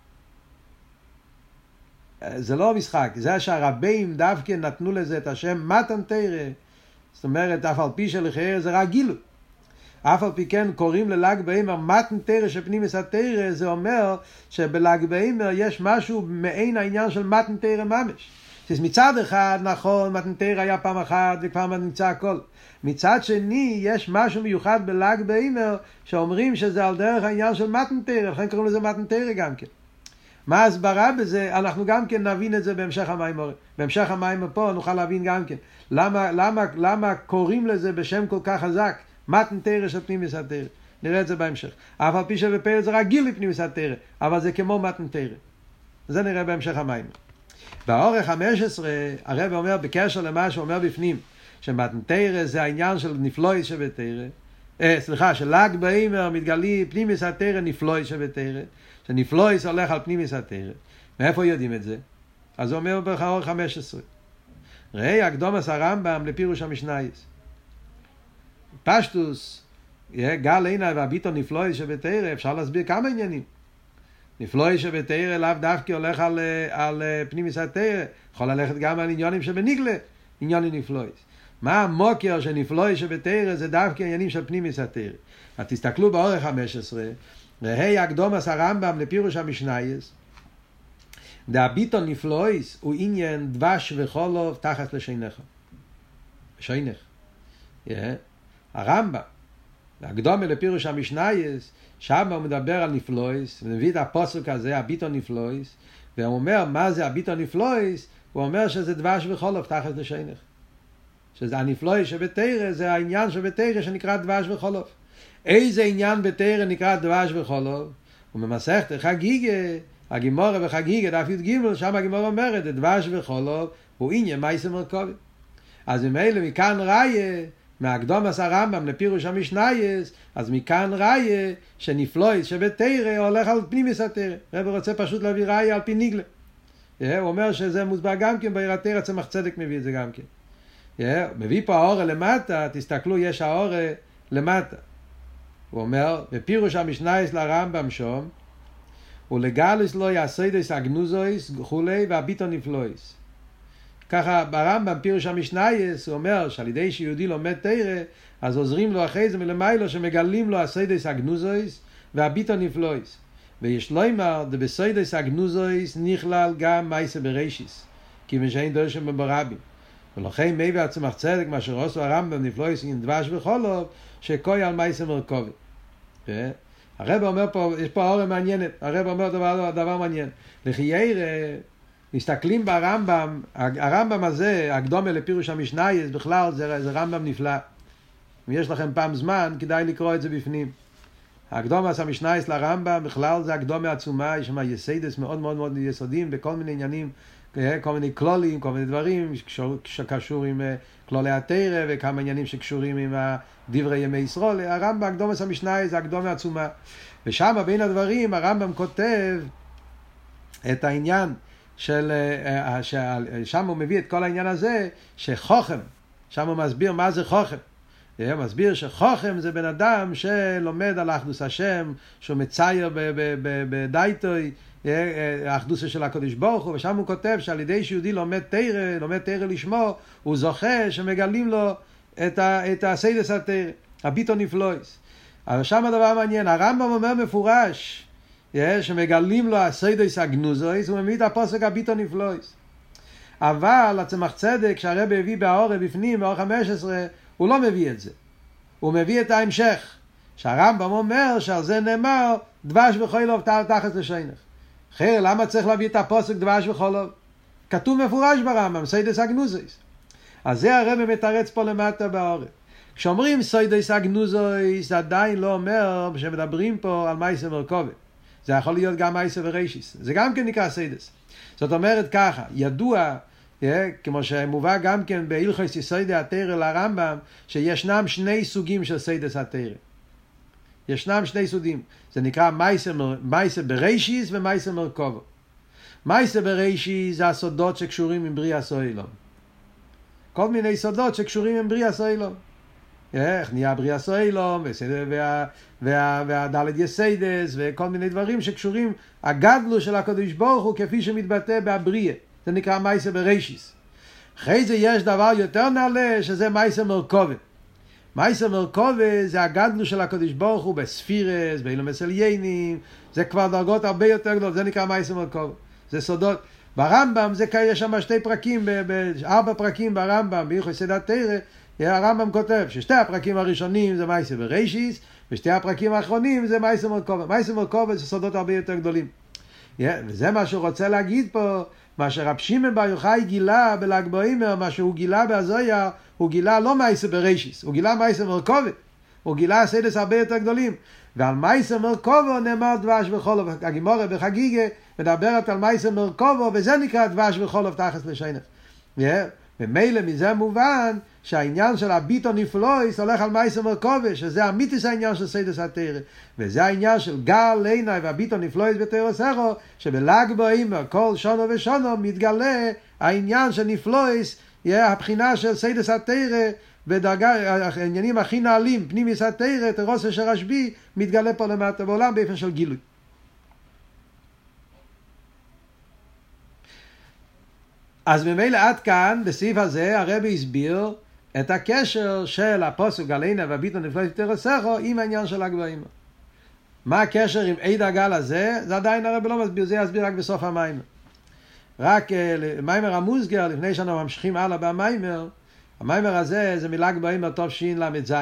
זה לא משחק, זה שהרבים דווקא נתנו לזה את השם מתנתרא, זאת אומרת, אף על פי שלכאורה זה רק גילוי. אף על פי כן קוראים לל"ג בעומר מתנתרא שפנימיוס התרא, זה אומר שבל"ג בעומר יש משהו מעין העניין של מתנתרא ממש. מצד אחד, נכון, מתנתרא היה פעם אחת וכבר נמצא הכל. מצד שני, יש משהו מיוחד בל"ג בעומר שאומרים שזה על דרך העניין של מתנתרא, לכן קוראים לזה מתנתרא גם כן. מה ההסברה בזה? אנחנו גם כן נבין את זה בהמשך המימור. בהמשך המימור פה נוכל להבין גם כן. למה קוראים לזה בשם כל כך חזק? מתנתרא של פנימיוס התרא. נראה את זה בהמשך. אף על פי שבפרק זה רגיל לפנימיוס התרא, אבל זה כמו מתנתרא. זה נראה בהמשך המימור. באורך 15, הרב אומר בקשר למה שאומר בפנים, שמתנתרא זה העניין של נפלויס שבתרא, של ל"ג בעומר מתגלי פנימיוס התרא נפלויס שבתרא, שנפלויס הולך על פנימיוס התרא. מאיפה יודעים את זה? אז הוא אומר באורך 15. ראי הקדומס הרמב"ם לפירוש המשנייס. פשטוס, גל עיני והביטו נפלויס שבתרא, אפשר להסביר כמה עניינים. נפלויס שבתרא לאו דווקא הולך על פנימיוס התרא, יכול ללכת גם על עניונים שבניגלה, עניונים נפלויס. מה המוקר של נפלויס שבתרא זה דווקא עניינים של פנימיוס התרא. אז תסתכלו באורך 15, ראי הקדומס הרמב"ם לפירוש המשנייס, דהביטו נפלויס הוא עניין דבש וחולוב תחת לשינך. שינך. הרמב"ם, הקדומה לפירוש המשנייס, שם הוא מדבר על נפלויס, ומביא את הפוסק הזה, הביטו נפלויס, והוא אומר, מה זה הביטו נפלויס? הוא אומר שזה דבש וחולוב תחת לשינך. שזה הנפלויס שבתרא, זה העניין שבתרא שנקרא דבש וחולוב. איזה עניין בתרא נקרא דבש וחולוב? וממסכת חגיגה, הגימורה בחגיגה, דף י"ג, שם הגימורה אומרת, דבש וחולוב הוא עניין מייסה מרכובי. אז ממילא מכאן ראיה, מהקדומס הרמב"ם לפירוש המשנייס, אז מכאן ראיה שנפלויס שבתרא הולך על פנימיוס התרא. רב רוצה פשוט להביא ראיה על פי ניגלה. הוא אומר שזה מוסבר גם כן בעיר התרא, צמח צדק מביא את זה גם כן. מביא פה האורה למטה, תסתכלו, יש האורה למטה. הוא אומר, בפירוש המשנייס לרמב"ם שום, ולגלוס לא יעשידוס הגנוזויס וכולי, והביטו נפלויס. ככה ברמב"ם פירוש המשנייס הוא אומר שעל ידי שיהודי לומד תרא, אז עוזרים לו אחרי זה מלמיילו שמגלים לו הסיידס הגנוזויס והביטו נפלויס. ויש לומר, בסיידס הגנוזויס נכלל גם מייסה בראשיס, כי משאין דורשם בברבים. ולכן מביא הצמח צדק מה שרוסו הרמב"ם נפלויס עם דבש וחולוב, שקוי על מייסה מרכובי. הרב אומר פה, יש פה אורה מעניינת, הרב אומר דבר מעניין. לחיירה, מסתכלים ברמב"ם, הרמב"ם הזה, הקדומה לפירוש המשנייס, בכלל זה רמב"ם נפלא. אם יש לכם פעם זמן, כדאי לקרוא את זה בפנים. הקדומה המשנייס לרמב"ם, בכלל זה הקדומה עצומה, יש שם יסיידס מאוד מאוד מאוד יסודיים, בכל מיני עניינים, כל מיני כלולים, כל מיני דברים שקשור עם כלולי התרא, וכמה עניינים שקשורים עם דברי ימי ישראל. הרמב"ם, הקדומה המשנייס, זה הקדומה עצומה. ושם בין הדברים, הרמב"ם כותב את העניין, שם הוא מביא את כל העניין הזה שחוכם, שם הוא מסביר מה זה חוכם. הוא מסביר שחוכם זה בן אדם שלומד על אחדוס השם, שהוא מצייר בדייטוי האחדוס של הקדוש ברוך הוא, ושם הוא כותב שעל ידי שיהודי לומד תרא לשמו, הוא זוכה שמגלים לו את הסיידס התרא, הביטו נפלויס. אבל שם הדבר מעניין, הרמב"ם אומר מפורש, שמגלים לו הסיידס הגנוזויס, הוא מביא את הפוסק הביטו נפלויס. אבל הצמח צדק שהרב הביא באורה בפנים, באור 15, הוא לא מביא את זה. הוא מביא את ההמשך, שהרמב"ם אומר שעל זה נאמר דבש וחולוב תחת לשינך. אחר, למה צריך להביא את הפוסק דבש וחולוב? כתוב מפורש ברמב"ם, סיידס הגנוזויס. אז זה הרב מתרץ פה למטה באורה. כשאומרים סיידס הגנוזויס, עדיין לא אומר שמדברים פה על מייסה מרכובי. זה יכול להיות גם מייסה וראשיס. זה גם כן נקרא סיידס. זאת אומרת ככה, ידוע, כמו שמובא גם כן בהלכות יסודי התרא לרמב"ם, שישנם שני סוגים של סיידס התרא. ישנם שני סוגים. זה נקרא מייסה בראשיס ומייסה מרכובו. מייסה בראשיס זה הסודות שקשורים עם בריאת העולם. כל מיני סודות שקשורים עם בריאת העולם. איך נהיה בריאת העולם, והדלת יסיידס, וכל מיני דברים שקשורים, הגדלו של הקדוש ברוך הוא כפי שמתבטא בהבריאה. זה נקרא מייסה בראשיס. אחרי זה יש דבר יותר נעלה, שזה מייסה מרכובו. מייסה מרכובו זה הגדלו של הקדוש ברוך הוא בספירס, באילומס עליינים, זה כבר דרגות הרבה יותר גדולות, זה נקרא מייסה מרכובו. זה סודות. ברמב"ם זה יש שם 2 פרקים, 4 פרקים ברמב"ם, בהלכות סדר תורה, הרמב"ם כותב ששתי הפרקים הראשונים זה מייסה בראשיס, ושתי הפרקים האחרונים זה מייסה מרכובו. מייסה מרכובו זה סודות הרבה יותר גדולים. וזה מה שהוא רוצה להגיד פה, מה שרב שמעון בר יוחאי גילה בל"ג בעומר, מה שהוא גילה בהזויה, הוא גילה לא מייסה בראשיס, הוא גילה מייסה מרכובו. הוא גילה סודות הרבה יותר גדולים. ועל מייסה מרכובו נאמר דבש וחלב. הגמרא בחגיגה מדברת על מייסה מרכובו, וזה נקרא דבש וחלב תחת לשונך. ומילא מזה מובן שהעניין של הביטו נפלויס הולך על מייסה מרכובו, שזה אמיתיס העניין של סודות התורה. וזה העניין של גל עיני והביטו נפלויס בתורה סכו, שבל"ג בעומר כל שונו ושונו מתגלה העניין של נפלויס, הבחינה של סודות התורה, ודרגה, העניינים הכי נעלים, פנימיוס התורה, תירוסא של רשב"י, מתגלה פה למטה בעולם באופן של גילוי. אז ממילא עד כאן, בסעיף הזה, הרבי הסביר את הקשר של הפסוק גל עיני והביטו נפלויס בתורה סכו עם העניין של ל"ג בעומר. מה הקשר עם עד הגל הזה? זה עדיין הרבי לא מסביר, זה יסביר רק בסוף המיימר. רק מיימר המוסגר, לפני שאנחנו ממשיכים הלאה במיימר, המיימר הזה זה מל"ג בעומר תשל"ז.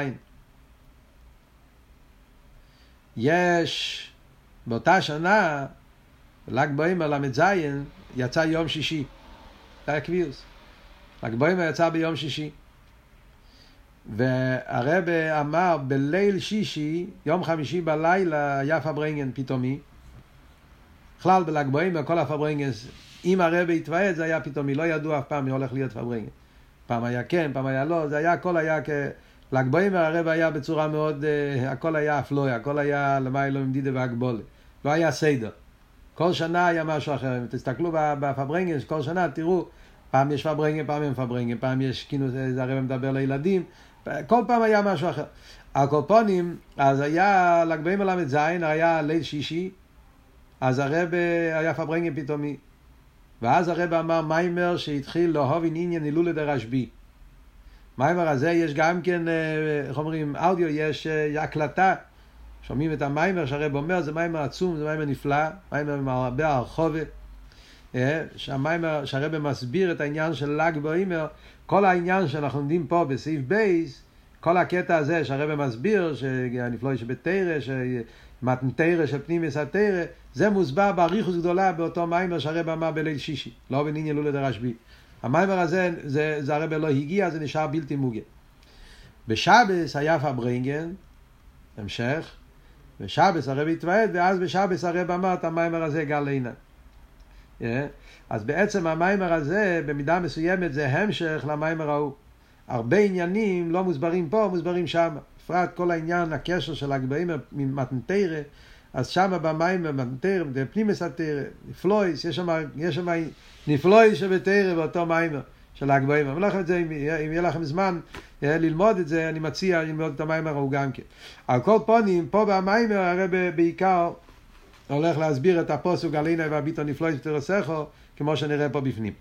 יש באותה שנה, ל"ג בעומר ל"ז, יצא יום שישי. זה היה קביעוס. ל"ג בעומר יצא ביום שישי. והרב אמר בליל שישי, יום חמישי בלילה, היה פברנגן פתאומי. בכלל בל"ג בעומר כל הפברנגן, אם הרב התוועד זה היה פתאומי, לא ידעו אף פעם מי הולך להיות פברנגן. פעם היה כן, פעם היה לא, זה היה, הכל היה ל"ג בעומר הרב היה בצורה מאוד, הכל היה אפלויה, הכל היה למיילו עם דידה והגבולה. לא היה סדר. כל שנה היה משהו אחר. אם תסתכלו בפברנגן, כל שנה תראו, פעם יש פברנגן, פעם אין פברנגן, פעם יש, כאילו זה הרב מדבר לילדים, כל פעם היה משהו אחר. הקופונים, אז היה ל"ג בעומר ל"ז, היה ליל שישי, אז הרב היה פברנגן פתאומי. ואז הרב אמר מיימר שהתחיל להובין עניין הילולה דרשב"י. מיימר הזה יש גם כן, איך אומרים, אודיו, יש הקלטה. שומעים את המיימר שהרב אומר, זה מיימר עצום, זה מיימר נפלא, מיימר עם הרבה הרחובה. שהמיימר שהרב מסביר את העניין של ל"ג בעומר, כל העניין שאנחנו לומדים פה בסעיף בייס, כל הקטע הזה שהרב מסביר, שהנפלא שבתורה, מתן תורה של פנימיוס התורה, זה מוסבר באריכות גדולה באותו מיימר שהרב אמר בליל שישי, לא בעניין הילולה דרשב"י. המיימר הזה, זה הרב לא הגיע, זה נשאר בלתי מוגן. בשבס היה פברנגן, המשך, בשבס הרב התוועד, ואז בשבס הרב אמר את המיימר הזה גל עיני. אז בעצם המיימר הזה, במידה מסוימת, זה המשך למיימר ההוא. הרבה עניינים לא מוסברים פה, מוסברים שם. בפרט כל העניין, הקשר של ל"ג בעומר ממתן תורה, אז שם במיימר מתן תורה, בפנימיוס התורה, נפלויס, יש שם נפלויס שבתורה באותו מיימר של ל"ג בעומר. אני לא יודע את זה, אם יהיה לכם זמן ללמוד את זה, אני מציע ללמוד את המיימר ההוא גם כן. על כל פנים, פה במיימר הרב בעיקר הולך להסביר את הפסוק גל עיני והביטו נפלויס בתורה סכו, כמו שנראה פה בפנים.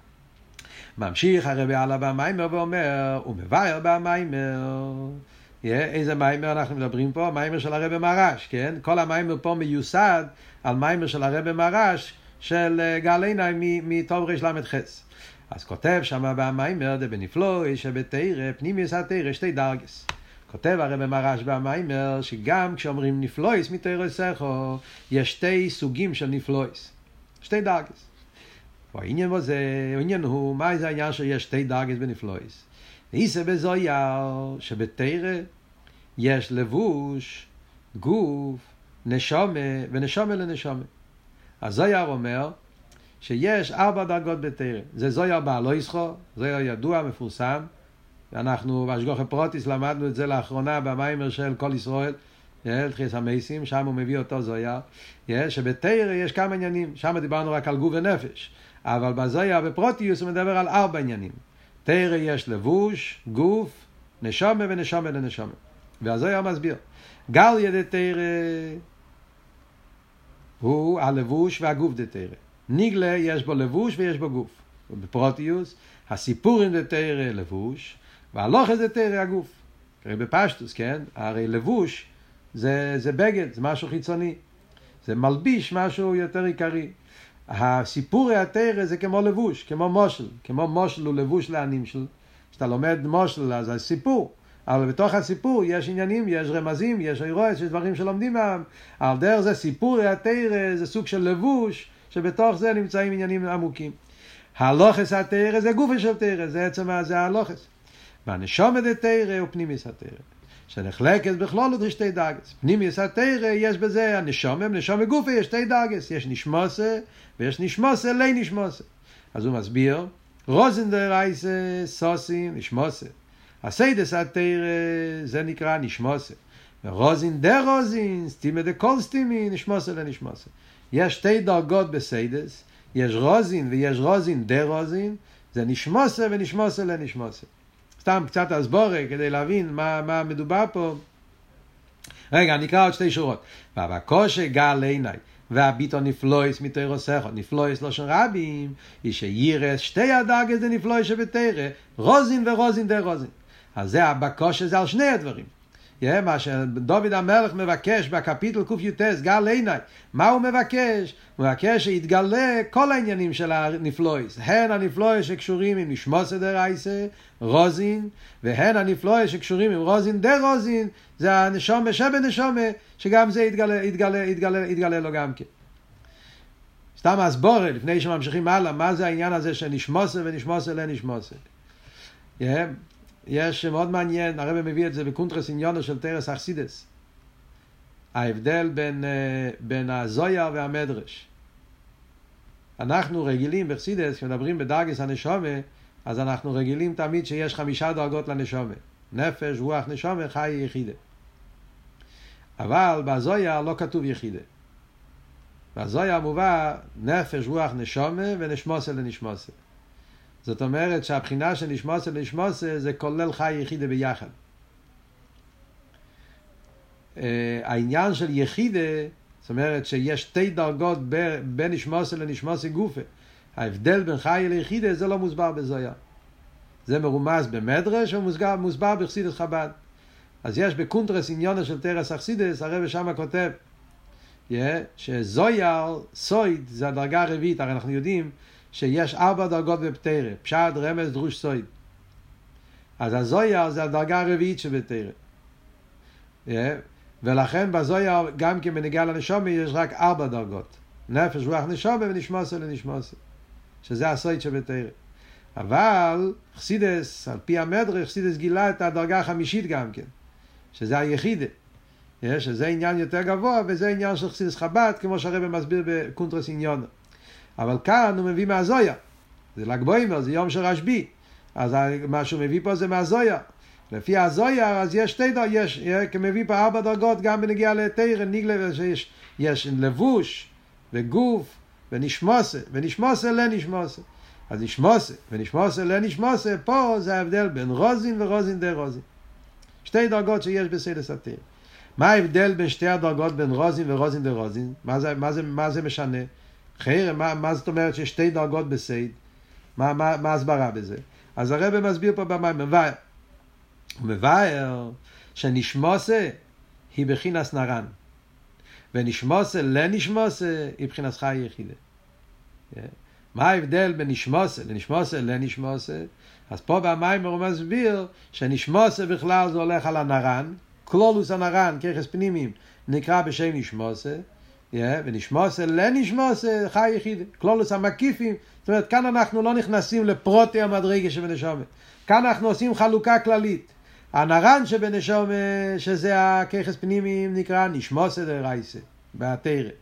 ממשיך הרב הלאה במיימר ואומר, הוא מבאר במיימר. איזה מיימר אנחנו מדברים פה? מיימר של הרב מרש, כן? כל המיימר פה מיוסד על מיימר של הרב מרש של גל עיני מטוב רל"ח. אז כותב שם במיימר, דבנפלוי שבתורה, פנימיוס התורה, שתי דרגס. כותב הרב מרש במיימר שגם כשאומרים נפלויס מתורה סכו, יש שתי סוגים של נפלויס. שתי דרגס. והעניין בזה, העניין הוא, מה זה העניין שיש שתי דרגס בנפלויס? נעשה בזויר שבתורה יש לבוש, גוף, נשמה ונשמה לנשמה. הזויר אומר שיש 4 דרגות בתורה. זה זויר בעל ישחו, זויר ידוע, מפורסם. ואנחנו בהשגחה פרוטיס למדנו את זה לאחרונה במיימר של כל ישראל. תחיית המסים, שם הוא מביא אותו זויר, שבתורה יש כמה עניינים, שם דיברנו רק על גוף ונפש, אבל בזויר בפרוטיוס הוא מדבר על 4 עניינים. תורה יש לבוש, גוף, נשמה ונשמה לנשמה. והזויר מסביר, גל ידי תורה הוא הלבוש והגוף דה תורה. ניגלה יש בו לבוש ויש בו גוף. בפרוטיוס, הסיפורים דה תורה לבוש, והלוחס דה תורה הגוף. הרי בפשטוס, כן? הרי לבוש זה בגד, זה משהו חיצוני. זה מלביש משהו יותר עיקרי. הסיפורי התורה זה כמו לבוש, כמו מושל. כמו מושל הוא לבוש לענמשל. כשאתה לומד מושל, אז זה סיפור. אבל בתוך הסיפור יש עניינים, יש רמזים, יש אירועים, יש דברים שלומדים מהם. על דרך זה סיפורי התורה זה סוג של לבוש, שבתוך זה נמצאים עניינים עמוקים. הלוחס התורה זה גופה של תורה, זה עצם זה הלוחס. והנשמה דה תורה הוא פנימיס התורה. שנחלקת בכללות לשתי דרגס. פנימיס התורה יש בזה הנשמה, נשמה גופה יש 2 דרגס. יש נשמוסה ויש נשמוסה לי נשמוסה. אז הוא מסביר, רוזן דרייסה, סוסין, נשמוסה. הסיידס התורה זה נקרא נשמוסה. ורוזין דרוזין, סטימה דקול סטימי, נשמוסה לנשמוסה. יש 2 דרגות בסיידס, יש רוזין ויש רוזין דרוזין, זה נשמוסה ונשמוסה לנשמוסה. סתם קצת הסבורה כדי להבין מה מדובר פה. רגע, נקרא עוד 2 שורות. והבקושה גל עיני, והביטו נפלויס מתירוסך, נפלויס לא של רבים, איש שירס 2 הדרגס דנפלויס שבתירה, רוזין ורוזין דרוזין. אז זה הבקושה, זה על 2 הדברים. מה שדוד המלך מבקש בקפיטל ק"ט גל עיני, מה הוא מבקש? הוא מבקש שיתגלה כל העניינים של הנפלויס, הן הנפלויס שקשורים עם נשמוסה דרייסה, רוזין, והן הנפלויס שקשורים עם רוזין דרוזין, זה הנשומה שבנשומה, שגם זה יתגלה לו גם כן. סתם הסבורה, לפני שממשיכים הלאה, מה זה העניין הזה של נשמוסה ונשמוסה לנשמוסה. יש מאוד מעניין, הרב מביא את זה בקונטרס עניונו של תרס אכסידס. ההבדל בין הזויר והמדרש. אנחנו רגילים באכסידס, כשמדברים בדרגס הנשומה, אז אנחנו רגילים תמיד שיש 5 דרגות לנשומה. נפש, רוח, נשומה, חי, יחידה. אבל בזויר לא כתוב יחידה. בזויר מובא נפש, רוח, נשומה ונשמוסה לנשמוסה. זאת אומרת שהבחינה של נשמוסה לנשמוסה זה כולל חי יחידה ביחד. העניין של יחידה, זאת אומרת שיש 2 דרגות בין נשמוסה לנשמוסה גופה. ההבדל בין חי ליחידה זה לא מוסבר בזויר. זה מרומז במדרש ומוסבר בחסידות חב"ד. אז יש בקונטרס עניונו של תרס אכסידס, הרב שם כותב שזויר, סויד, זה הדרגה הרביעית. הרי אנחנו יודעים שיש 4 דרגות בפתירה, פשט, רמז, דרוש, סויד. אז הזויר זה הדרגה הרביעית שבתירה. ולכן בזויר גם כמנהיגה לנשומה יש רק 4 דרגות. נפש, רוח, נשומה ונשמוסה לנשמוסה. שזה הסויד שבתירה. אבל חסידס, על פי המדרש, חסידס גילה את הדרגה החמישית גם כן. שזה היחידה. שזה עניין יותר גבוה, וזה עניין של חסידס חב"ד, כמו שהרב מסביר בקונטרס עניונו. אבל כאן הוא מביא מהזויר. זה ל"ג בעומר, זה יום של רשב"י. אז מה שהוא מביא פה זה מהזויר. לפי הזויר, אז יש 2 דרגות, מביא פה 4 דרגות, גם בנגיעה לתורה, ניגלה, יש לבוש, וגוף, ונשמוסה, ונשמוסה לנשמוסה. אז נשמוסה, ונשמוסה לנשמוסה, פה זה ההבדל בין רוזין ורוזין דרוזין. 2 דרגות שיש בסיידס התורה. מה ההבדל בין 2 הדרגות בין רוזין ורוזין דרוזין? מה זה משנה? חיירה, מה זאת אומרת שיש 2 דרגות בסייד? מה הסברה בזה? אז הרב מסביר פה במה, הוא מבאר שנשמוסה היא בחינס נרן, ונשמוסה לנשמוסה היא בחינס חי יחידה. מה ההבדל בין נשמוסה לנשמוסה? אז פה במיימר הוא מסביר שנשמוסה בכלל זה הולך על הנרן, כלולוס הנרן, כיחס פנימיים, נקרא בשם נשמוסה, ונשמוסה לנשמוסה חי יחידה, כלולוס המקיפים. זאת אומרת, כאן אנחנו לא נכנסים לפרוטי המדרגה שבנשומה, כאן אנחנו עושים חלוקה כללית. הנרן שבנשומה, שזה הכיחס פנימיים, נקרא נשמוסה דרייסה בתורה,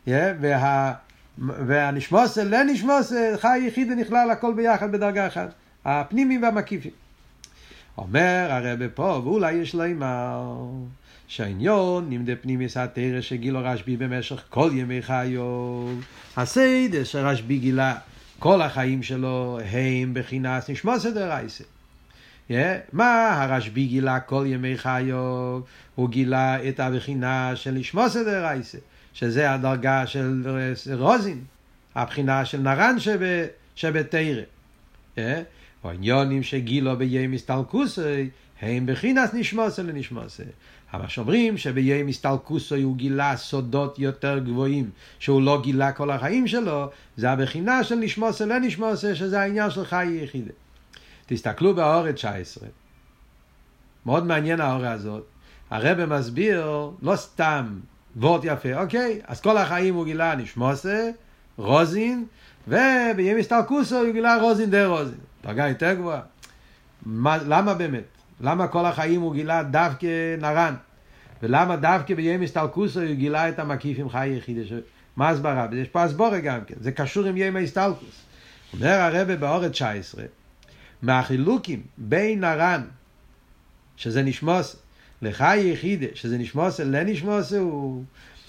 והנשמוסה לנשמוסה חי יחידה נכלל הכל ביחד בדרגה אחת, הפנימיים והמקיפים. אומר הרב פה, ואולי יש לו אמר שהעניון נמדה פנימיס התרא שגילו רשב"י במשך כל ימי חיו. הסדר שרשב"י גילה כל החיים שלו הם בחינס נשמוסא דרייסה. מה הרשב"י גילה כל ימי חיו? הוא גילה את הבחינה של נשמוסא דרייסה, שזה הדרגה של רוזין, הבחינה של נרן שבתרא. העניונים שגילו ביום הסתלקוסי הם בחינס נשמוסא לנשמוסא. אבל שאומרים שביום הסתלקוסי הוא גילה סודות יותר גבוהים שהוא לא גילה כל החיים שלו, זה הבחינה של נשמוסא לנשמוסא, שזה העניין של חי יחידה. תסתכלו באורץ 19, מאוד מעניין האורה הזאת. הרב מסביר לא סתם וורט יפה, אוקיי, אז כל החיים הוא גילה נשמוסא, רוזין, וביום הסתלקוסי הוא גילה רוזין דה רוזין, דרגה יותר גבוהה. למה באמת? למה כל החיים הוא גילה דווקא נרן? ולמה דווקא ביום הסתלקוסי הוא גילה את המקיף עם חי יחידה? מה הסברה? יש פה הסבורה גם כן, זה קשור עם יום ההסתלקוס. אומר הרב באורץ 19, מהחילוקים בין נרן, שזה נשמוסא, לחי יחידה, שזה נשמוסא לנשמוסא, הוא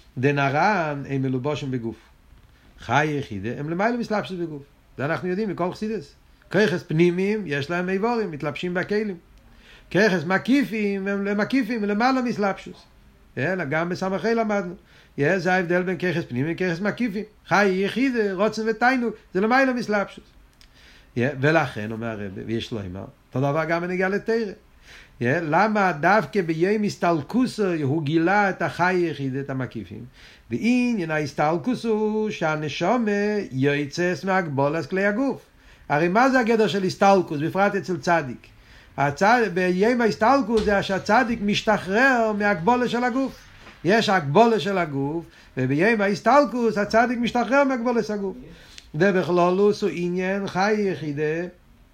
דנרן הם מלובושים בגוף. חי יחידה הם למעלה מסלבשות בגוף. זה אנחנו יודעים מכל חסידות. כיחס פנימיים יש להם איבורים, מתלבשים בכלים. כיחס מקיפים הם למקיפים, למעלה מסלבשות. גם בסמכי למדנו. זה ההבדל בין כיחס פנימיים וכיחס מקיפים. חי יחידה, רוצן ותיינוק, זה למעלה מסלבשות. ולכן אומר הרב, ויש לו אמר, אותו דבר גם בנגיעה לתרא. למה דווקא ביום הסתלקוסי הוא גילה את החי יחיד, את המקיפים? ועניין ההסתלקוס הוא שהנשמה יוצאת מהגבולת כלי הגוף. הרי מה זה הגדר של הסתלקוס, בפרט אצל צדיק? ביום ההסתלקוס זה שהצדיק משתחרר מהגבולת של הגוף. יש הגבולת של הגוף, וביום ההסתלקוס הצדיק משתחרר מהגבולת של הגוף. ובכלולוס הוא עניין חי יחידה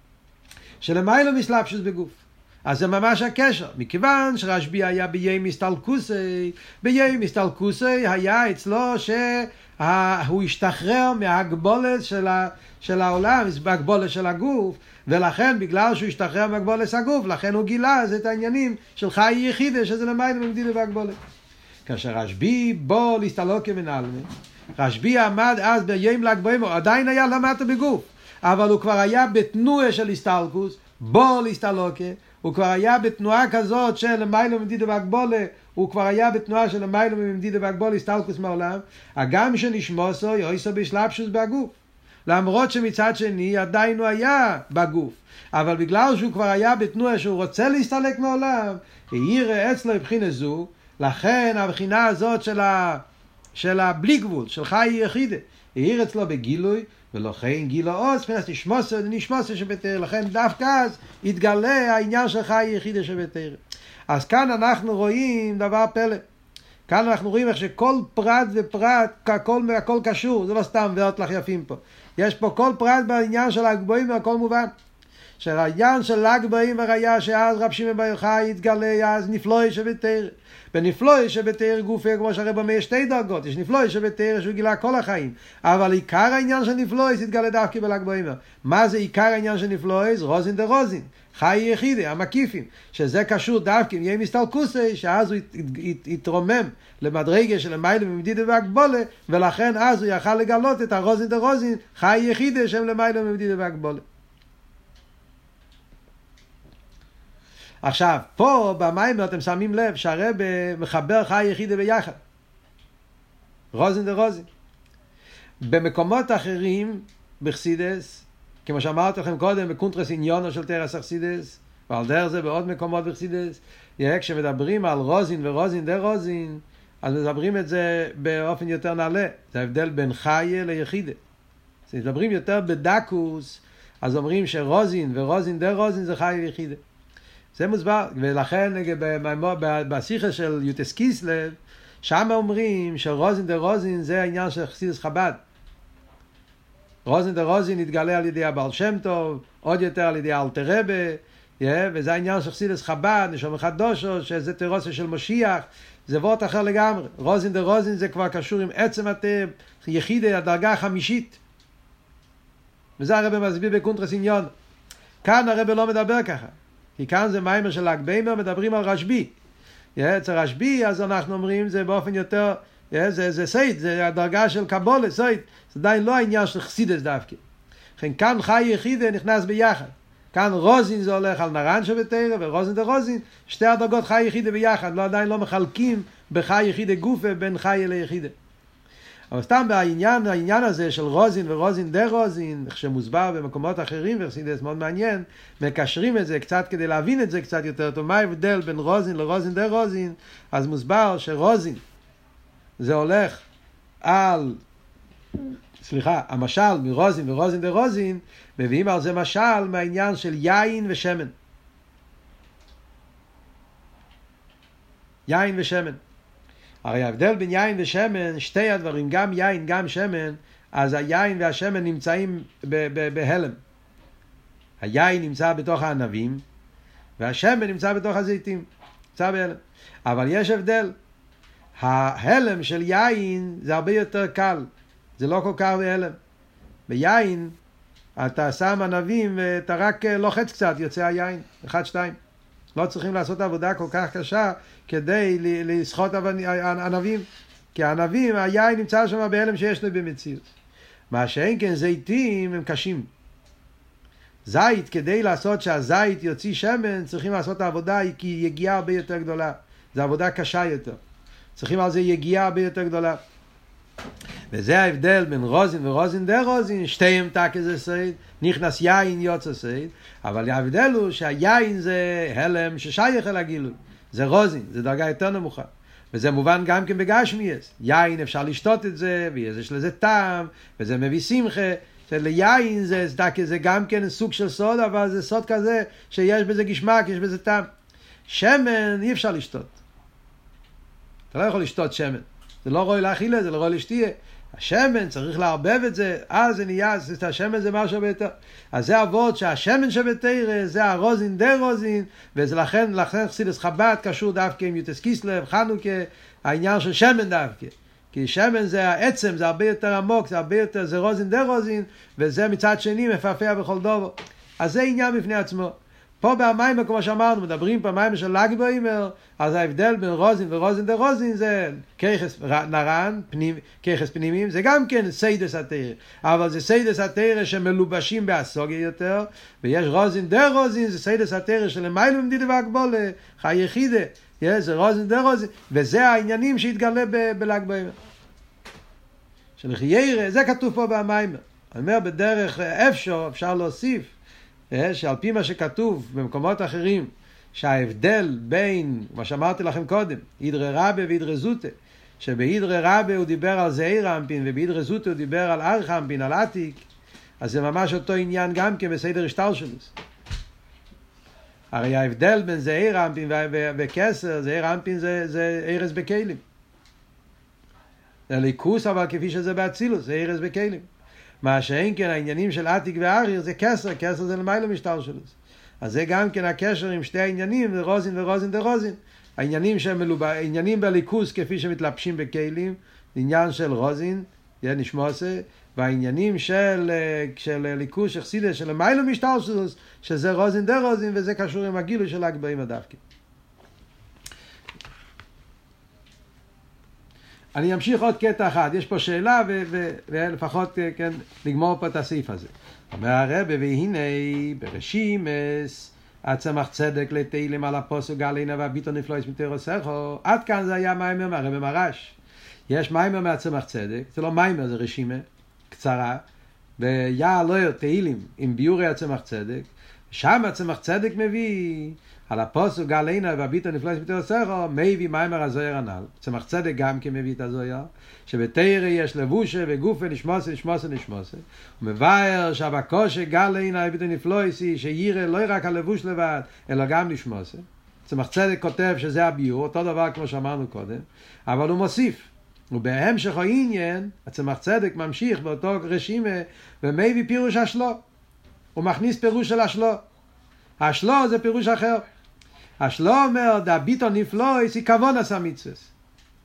שלמיילו מסלבשות בגוף. אז זה ממש הקשר, מכיוון שרשב"י היה ביום הסתלקוסי, ביום הסתלקוסי היה אצלו שהוא השתחרר מהגבולת של העולם, מהגבולת של הגוף, ולכן בגלל שהוא השתחרר מהגבולת הגוף, לכן הוא גילה את העניינים של חי יחידה שזה למיילו ממדינה והגבולת. כאשר רשב"י בוא להסתלוקה מנעלמה, רשב"י עמד אז ביום ל"ג בעומר, עדיין היה למטה בגוף, אבל הוא כבר היה בתנועה של הסתלקוס, בוא להסתלוקה, הוא כבר היה בתנועה כזאת של למיילו ממדינה והגבולה, הוא כבר היה בתנועה של למיילו ממדינה והגבולה, הסתלקוס מעולם, הגם שנשמוסו יויסו בשלבשוס בגוף, למרות שמצד שני עדיין הוא היה בגוף, אבל בגלל שהוא כבר היה בתנועה שהוא רוצה להסתלק מעולם, העיר אצלו מבחינה זו, לכן הבחינה הזאת של הבלי גבול, של חי יחידה, העיר אצלו בגילוי, ולכן גילו עוז, פנס נשמוסה שבתרא, לכן דווקא אז התגלה העניין של חי יחידה שבתרא. אז כאן אנחנו רואים דבר פלא. כאן אנחנו רואים איך שכל פרט ופרט, הכל קשור, זה לא סתם ואות לך יפים פה. יש פה כל פרט בעניין של הגבוהים והכל מובן. שהעניין של הגבוהים וראיה שאז רב שמעון בר יוחאי התגלה אז נפלואי שבתרא. בנפלואי שבתרא גופה, כמו שהרב אומר, יש שתי דרגות, יש נפלואי שבתרא שהוא גילה כל החיים, אבל עיקר העניין של נפלואי התגלה דווקא בל"ג בעומר. מה זה עיקר העניין של נפלואי? רוזין דה רוזין, חי יחידה, המקיפים, שזה קשור דווקא עם יום הסתלקוסי, שאז הוא התרומם למדרגה של למיילו ממדינה והגבולה, ולכן אז הוא יכל לגלות את הרוזין דה רוזין, חי יחידה שהם למיילו ממדינה והגבולה. עכשיו, פה במיימר אתם שמים לב שהרב מחבר חי יחידה ביחד. רוזין דה רוזין. במקומות אחרים בחסידס, כמו שאמרתי לכם קודם, בקונטרס עניונו של תרס החסידס, ועל דרך זה בעוד מקומות בחסידס, כשמדברים על רוזין ורוזין דה רוזין, אז מדברים את זה באופן יותר נעלה. זה ההבדל בין חי ליחידה. אז מדברים יותר בדקוס, אז אומרים שרוזין ורוזין דה רוזין זה חי ויחידה. זה מוסבר, ולכן בשיחה של יוטס קיסלב, שם אומרים שרוזין דה רוזין זה העניין של חסידס חב"ד. רוזין דה רוזין התגלה על ידי הבעל שם טוב, עוד יותר על ידי אלתר רבה, וזה העניין של חסידס חב"ד, נשום חדושו, שזה תירוסה של משיח, זה וורט אחר לגמרי. רוזין דה רוזין זה כבר קשור עם עצם יחידה, הדרגה החמישית. וזה הרב מסביר בקונטרס עניון. כאן הרב לא מדבר ככה. כי כאן זה מיימר של ל"ג בעומר, מדברים על רשב"י. אצל רשב"י, אז אנחנו אומרים זה באופן יותר, זה סייד, זה הדרגה של קבולה, סייד, זה עדיין לא העניין של חסידס דווקא. לכן כאן חי יחידה נכנס ביחד. כאן רוזין זה הולך על נרן שבתרא, ורוזין דה רוזין, שתי הדרגות חי יחידה ביחד, עדיין לא מחלקים בחי יחידה גופה בין חי ליחידה. אבל סתם העניין הזה של רוזין ורוזין דה רוזין, שמוסבר במקומות אחרים וחסידס מאוד מעניין, מקשרים את זה קצת כדי להבין את זה קצת יותר טוב. מה ההבדל בין רוזין לרוזין דה רוזין? אז מוסבר שרוזין זה הולך על, המשל מרוזין ורוזין דה רוזין, מביאים על זה משל מהעניין של יין ושמן. יין ושמן. הרי ההבדל בין יין ושמן, שתי הדברים, גם יין, גם שמן, אז היין והשמן נמצאים בהלם. היין נמצא בתוך הענבים, והשמן נמצא בתוך הזיתים. נמצא בהלם. אבל יש הבדל. ההלם של יין זה הרבה יותר קל. זה לא כל כך בהלם. ביין, אתה שם ענבים ואתה רק לוחץ קצת, יוצא היין. 1, 2. לא צריכים לעשות עבודה כל כך קשה כדי לסחוט ענבים. כי הענבים, היין נמצא שם בהלם שיש לו במציאות. מה שאין כן זיתים הם קשים. זית, כדי לעשות שהזית יוציא שמן, צריכים לעשות העבודה כי יגיעה הרבה יותר גדולה. זו עבודה קשה יותר. צריכים על זה יגיעה הרבה יותר גדולה. וזה ההבדל בין רוזין ורוזין דה רוזין, שתיהם תק איזה סייד, נכנס יין יוצא סייד, אבל ההבדל הוא שהיין זה הלם ששייך אל הגילוי, זה רוזין, זה דרגה יותר נמוכה, וזה מובן גם כן בגשמיאס, יין אפשר לשתות את זה, ויש לזה טעם, וזה מביא שמחה, ליין זה גם כן סוג של סוד, אבל זה סוד כזה שיש בזה גשמק, יש בזה טעם. שמן אי אפשר לשתות, אתה לא יכול לשתות שמן, זה לא רואי להכיל, זה לא רואי לשתייה. השמן צריך להרבב את זה, אז זה נהיה, השמן זה משהו ביותר. אז זה עבוד שהשמן שבתרא זה הרוזין דה רוזין, וזה לכן חסידס חב"ד קשור דווקא עם יוטס קיסלב, חנוכה, העניין של שמן דווקא. כי שמן זה העצם, זה הרבה יותר עמוק, זה הרבה יותר, זה רוזין דה רוזין, וזה מצד שני מפעפע בכל דובר. אז זה עניין בפני עצמו. פה במיימר, כמו שאמרנו, מדברים במיימר של ל"ג בעומר, אז ההבדל בין רוזין ורוזין דה רוזין זה כיחס נרן, כיחס פנימיים, זה גם כן סיידס התרא, אבל זה סיידס התרא שמלובשים בהסוגיה יותר, ויש רוזין דה רוזין, זה סיידס התרא שלמיילו מדידה והגבולה, חי יחידה, זה רוזין דה רוזין, וזה העניינים שהתגלה בל"ג בעומר. שלחיירה, זה כתוב פה במיימר. אני אומר, בדרך אפשר להוסיף, שעל פי מה שכתוב במקומות אחרים, שההבדל בין, מה שאמרתי לכם קודם, הידרא רבה והידרא זוטה, שבהידרא רבה הוא דיבר על זעיר אנפין, ובהידרא זוטה הוא דיבר על אריך אנפין, על עתיק, אז זה ממש אותו עניין גם כן בסדר השתלשלוס. הרי ההבדל בין זעיר אנפין וכסר, זעיר אנפין זה ארז בכלים. זה ליכוס, אבל כפי שזה באצילוס, זה ארז בכלים. מה שאין כן העניינים של עתיק ואריר זה כסר, כסר זה למיילו משטר שלו. אז זה גם כן הקשר עם שתי העניינים, רוזין ורוזין דה רוזין. העניינים בליכוס כפי שמתלבשים בכלים, עניין של רוזין, נשמוסה, והעניינים של ליכוס שחסידה של למיילו משטר שלו, שזה רוזין דה רוזין, וזה קשור עם הגילוי של ל"ג בעומר דווקא. אני אמשיך עוד קטע אחד, יש פה שאלה ולפחות כן, לגמור פה את הסעיף הזה. אומר הרב, והנה ברשימס, הצמח צדק לתהילים על הפוסק גלינה והביטון נפלויס מתירו סכו, עד כאן זה היה מיימר מהרב מרש. יש מיימר מהצמח צדק, זה לא מיימר, זה רשימה קצרה, ויה לא תהילים עם ביורי הצמח צדק, שם הצמח צדק מביא על הפוסק גלינה והביטון נפלויס מתירו סכו, מביא מיימר הזוהר הנ"ל. צמח צדק גם כן מביא את הזוהר, שבתרא יש לבושה וגופה נשמוסה נשמוסה נשמוסה. הוא מבאר שהבקושה גלינה והביטון נפלויס שירא לא רק הלבוש לבד, אלא גם נשמוסה. צמח צדק כותב שזה הביור, אותו דבר כמו שאמרנו קודם, אבל הוא מוסיף. ובהמשך העניין, הצמח צדק ממשיך באותו רשימה, ומביא פירוש השלו. הוא מכניס פירוש של השלו. השלו זה פירוש אחר. השלו אומר, הביטון נפלויס היא כוונס המצווה.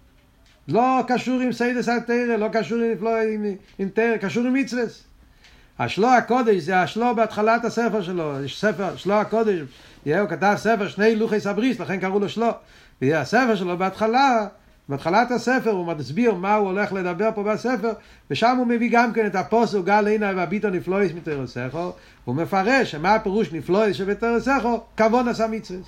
לא קשור עם סיידס התרא, לא קשור עם תרא, קשור עם מצווה. השלו הקודש זה השלו בהתחלת הספר שלו, יש ספר, שלו הקודש, הוא כתב ספר שני לוחי סבריס, לכן קראו לו שלו, והספר שלו בהתחלת הספר הוא מסביר מה הוא הולך לדבר פה בספר, ושם הוא מביא גם כן את הפוסק גל עיני והביטו נפלויס מתרסכו, הוא מפרש מה הפירוש נפלויס שבתרסכו, כוון עשה מצווס.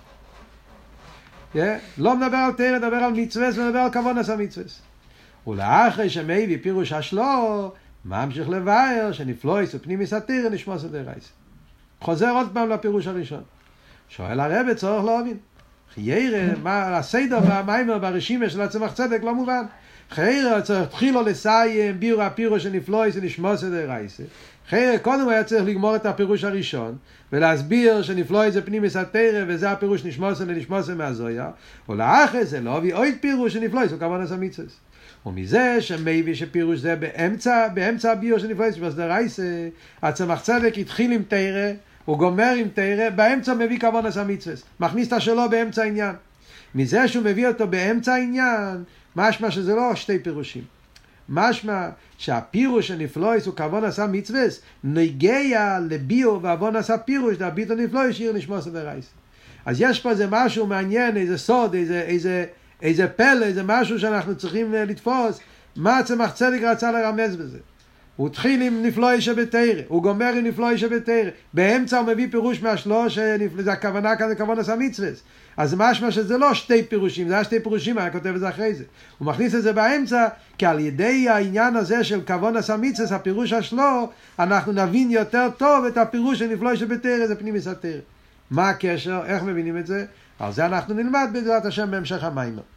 לא מדבר על תרא, מדבר על מצווס ומדבר על כוון עשה מצווס. ולאחרי שמביא פירוש השלו, ממשיך לבאר שנפלויס ופנימיס התרא נשמוס דרייס. חוזר עוד פעם לפירוש הראשון. שואל הרב צורך להבין. חיירה, מה הסדר והמיימר ברשימה של הצמח צדק לא מובן. חיירה צריך תחילו לסיים ביור הפירוש שנפלויס ונשמוס דרייס. חיירה קודם היה צריך לגמור את הפירוש הראשון ולהסביר שנפלויס זה פנימיס התרא וזה הפירוש נשמוס לנשמוס מהזויה. ולאחרי זה לא הביא עוד פירוש שנפלויס וכוון עשה מצווס. ומזה שמביא שפירוש זה באמצע הביור של נפלויס שבסדרייס, הצמח צדק התחיל עם תרא, הוא גומר עם תרא, באמצע מביא כוון עשה מצווס, מכניס את השלו באמצע העניין. מזה שהוא מביא אותו באמצע העניין, משמע שזה לא שתי פירושים. משמע שהפירוש של נפלויס הוא כוון עשה מצווס, נגיע לביור ועוון עשה פירוש, דביטו נפלויס שיר נשמוס דרייס. אז יש פה איזה משהו מעניין, איזה סוד, איזה פלא, איזה משהו שאנחנו צריכים לתפוס, מה הצמח צדק רצה לרמז בזה. הוא התחיל עם נפלואי שבתרא, הוא גומר עם נפלואי שבתרא, באמצע הוא מביא פירוש מהשלו, שזה הכוונה כזה כוון עשה מצווס. אז משמע שזה לא שתי פירושים, זה היה שתי פירושים, היה כותב את זה אחרי זה. הוא מכניס את זה באמצע, כי על ידי העניין הזה של כוון עשה מצווס, הפירוש השלו, אנחנו נבין יותר טוב את הפירוש של נפלואי שבתרא, זה פנימיס התרא. מה הקשר? איך מבינים את זה? על זה אנחנו נלמד בעזרת השם בהמשך המיימר.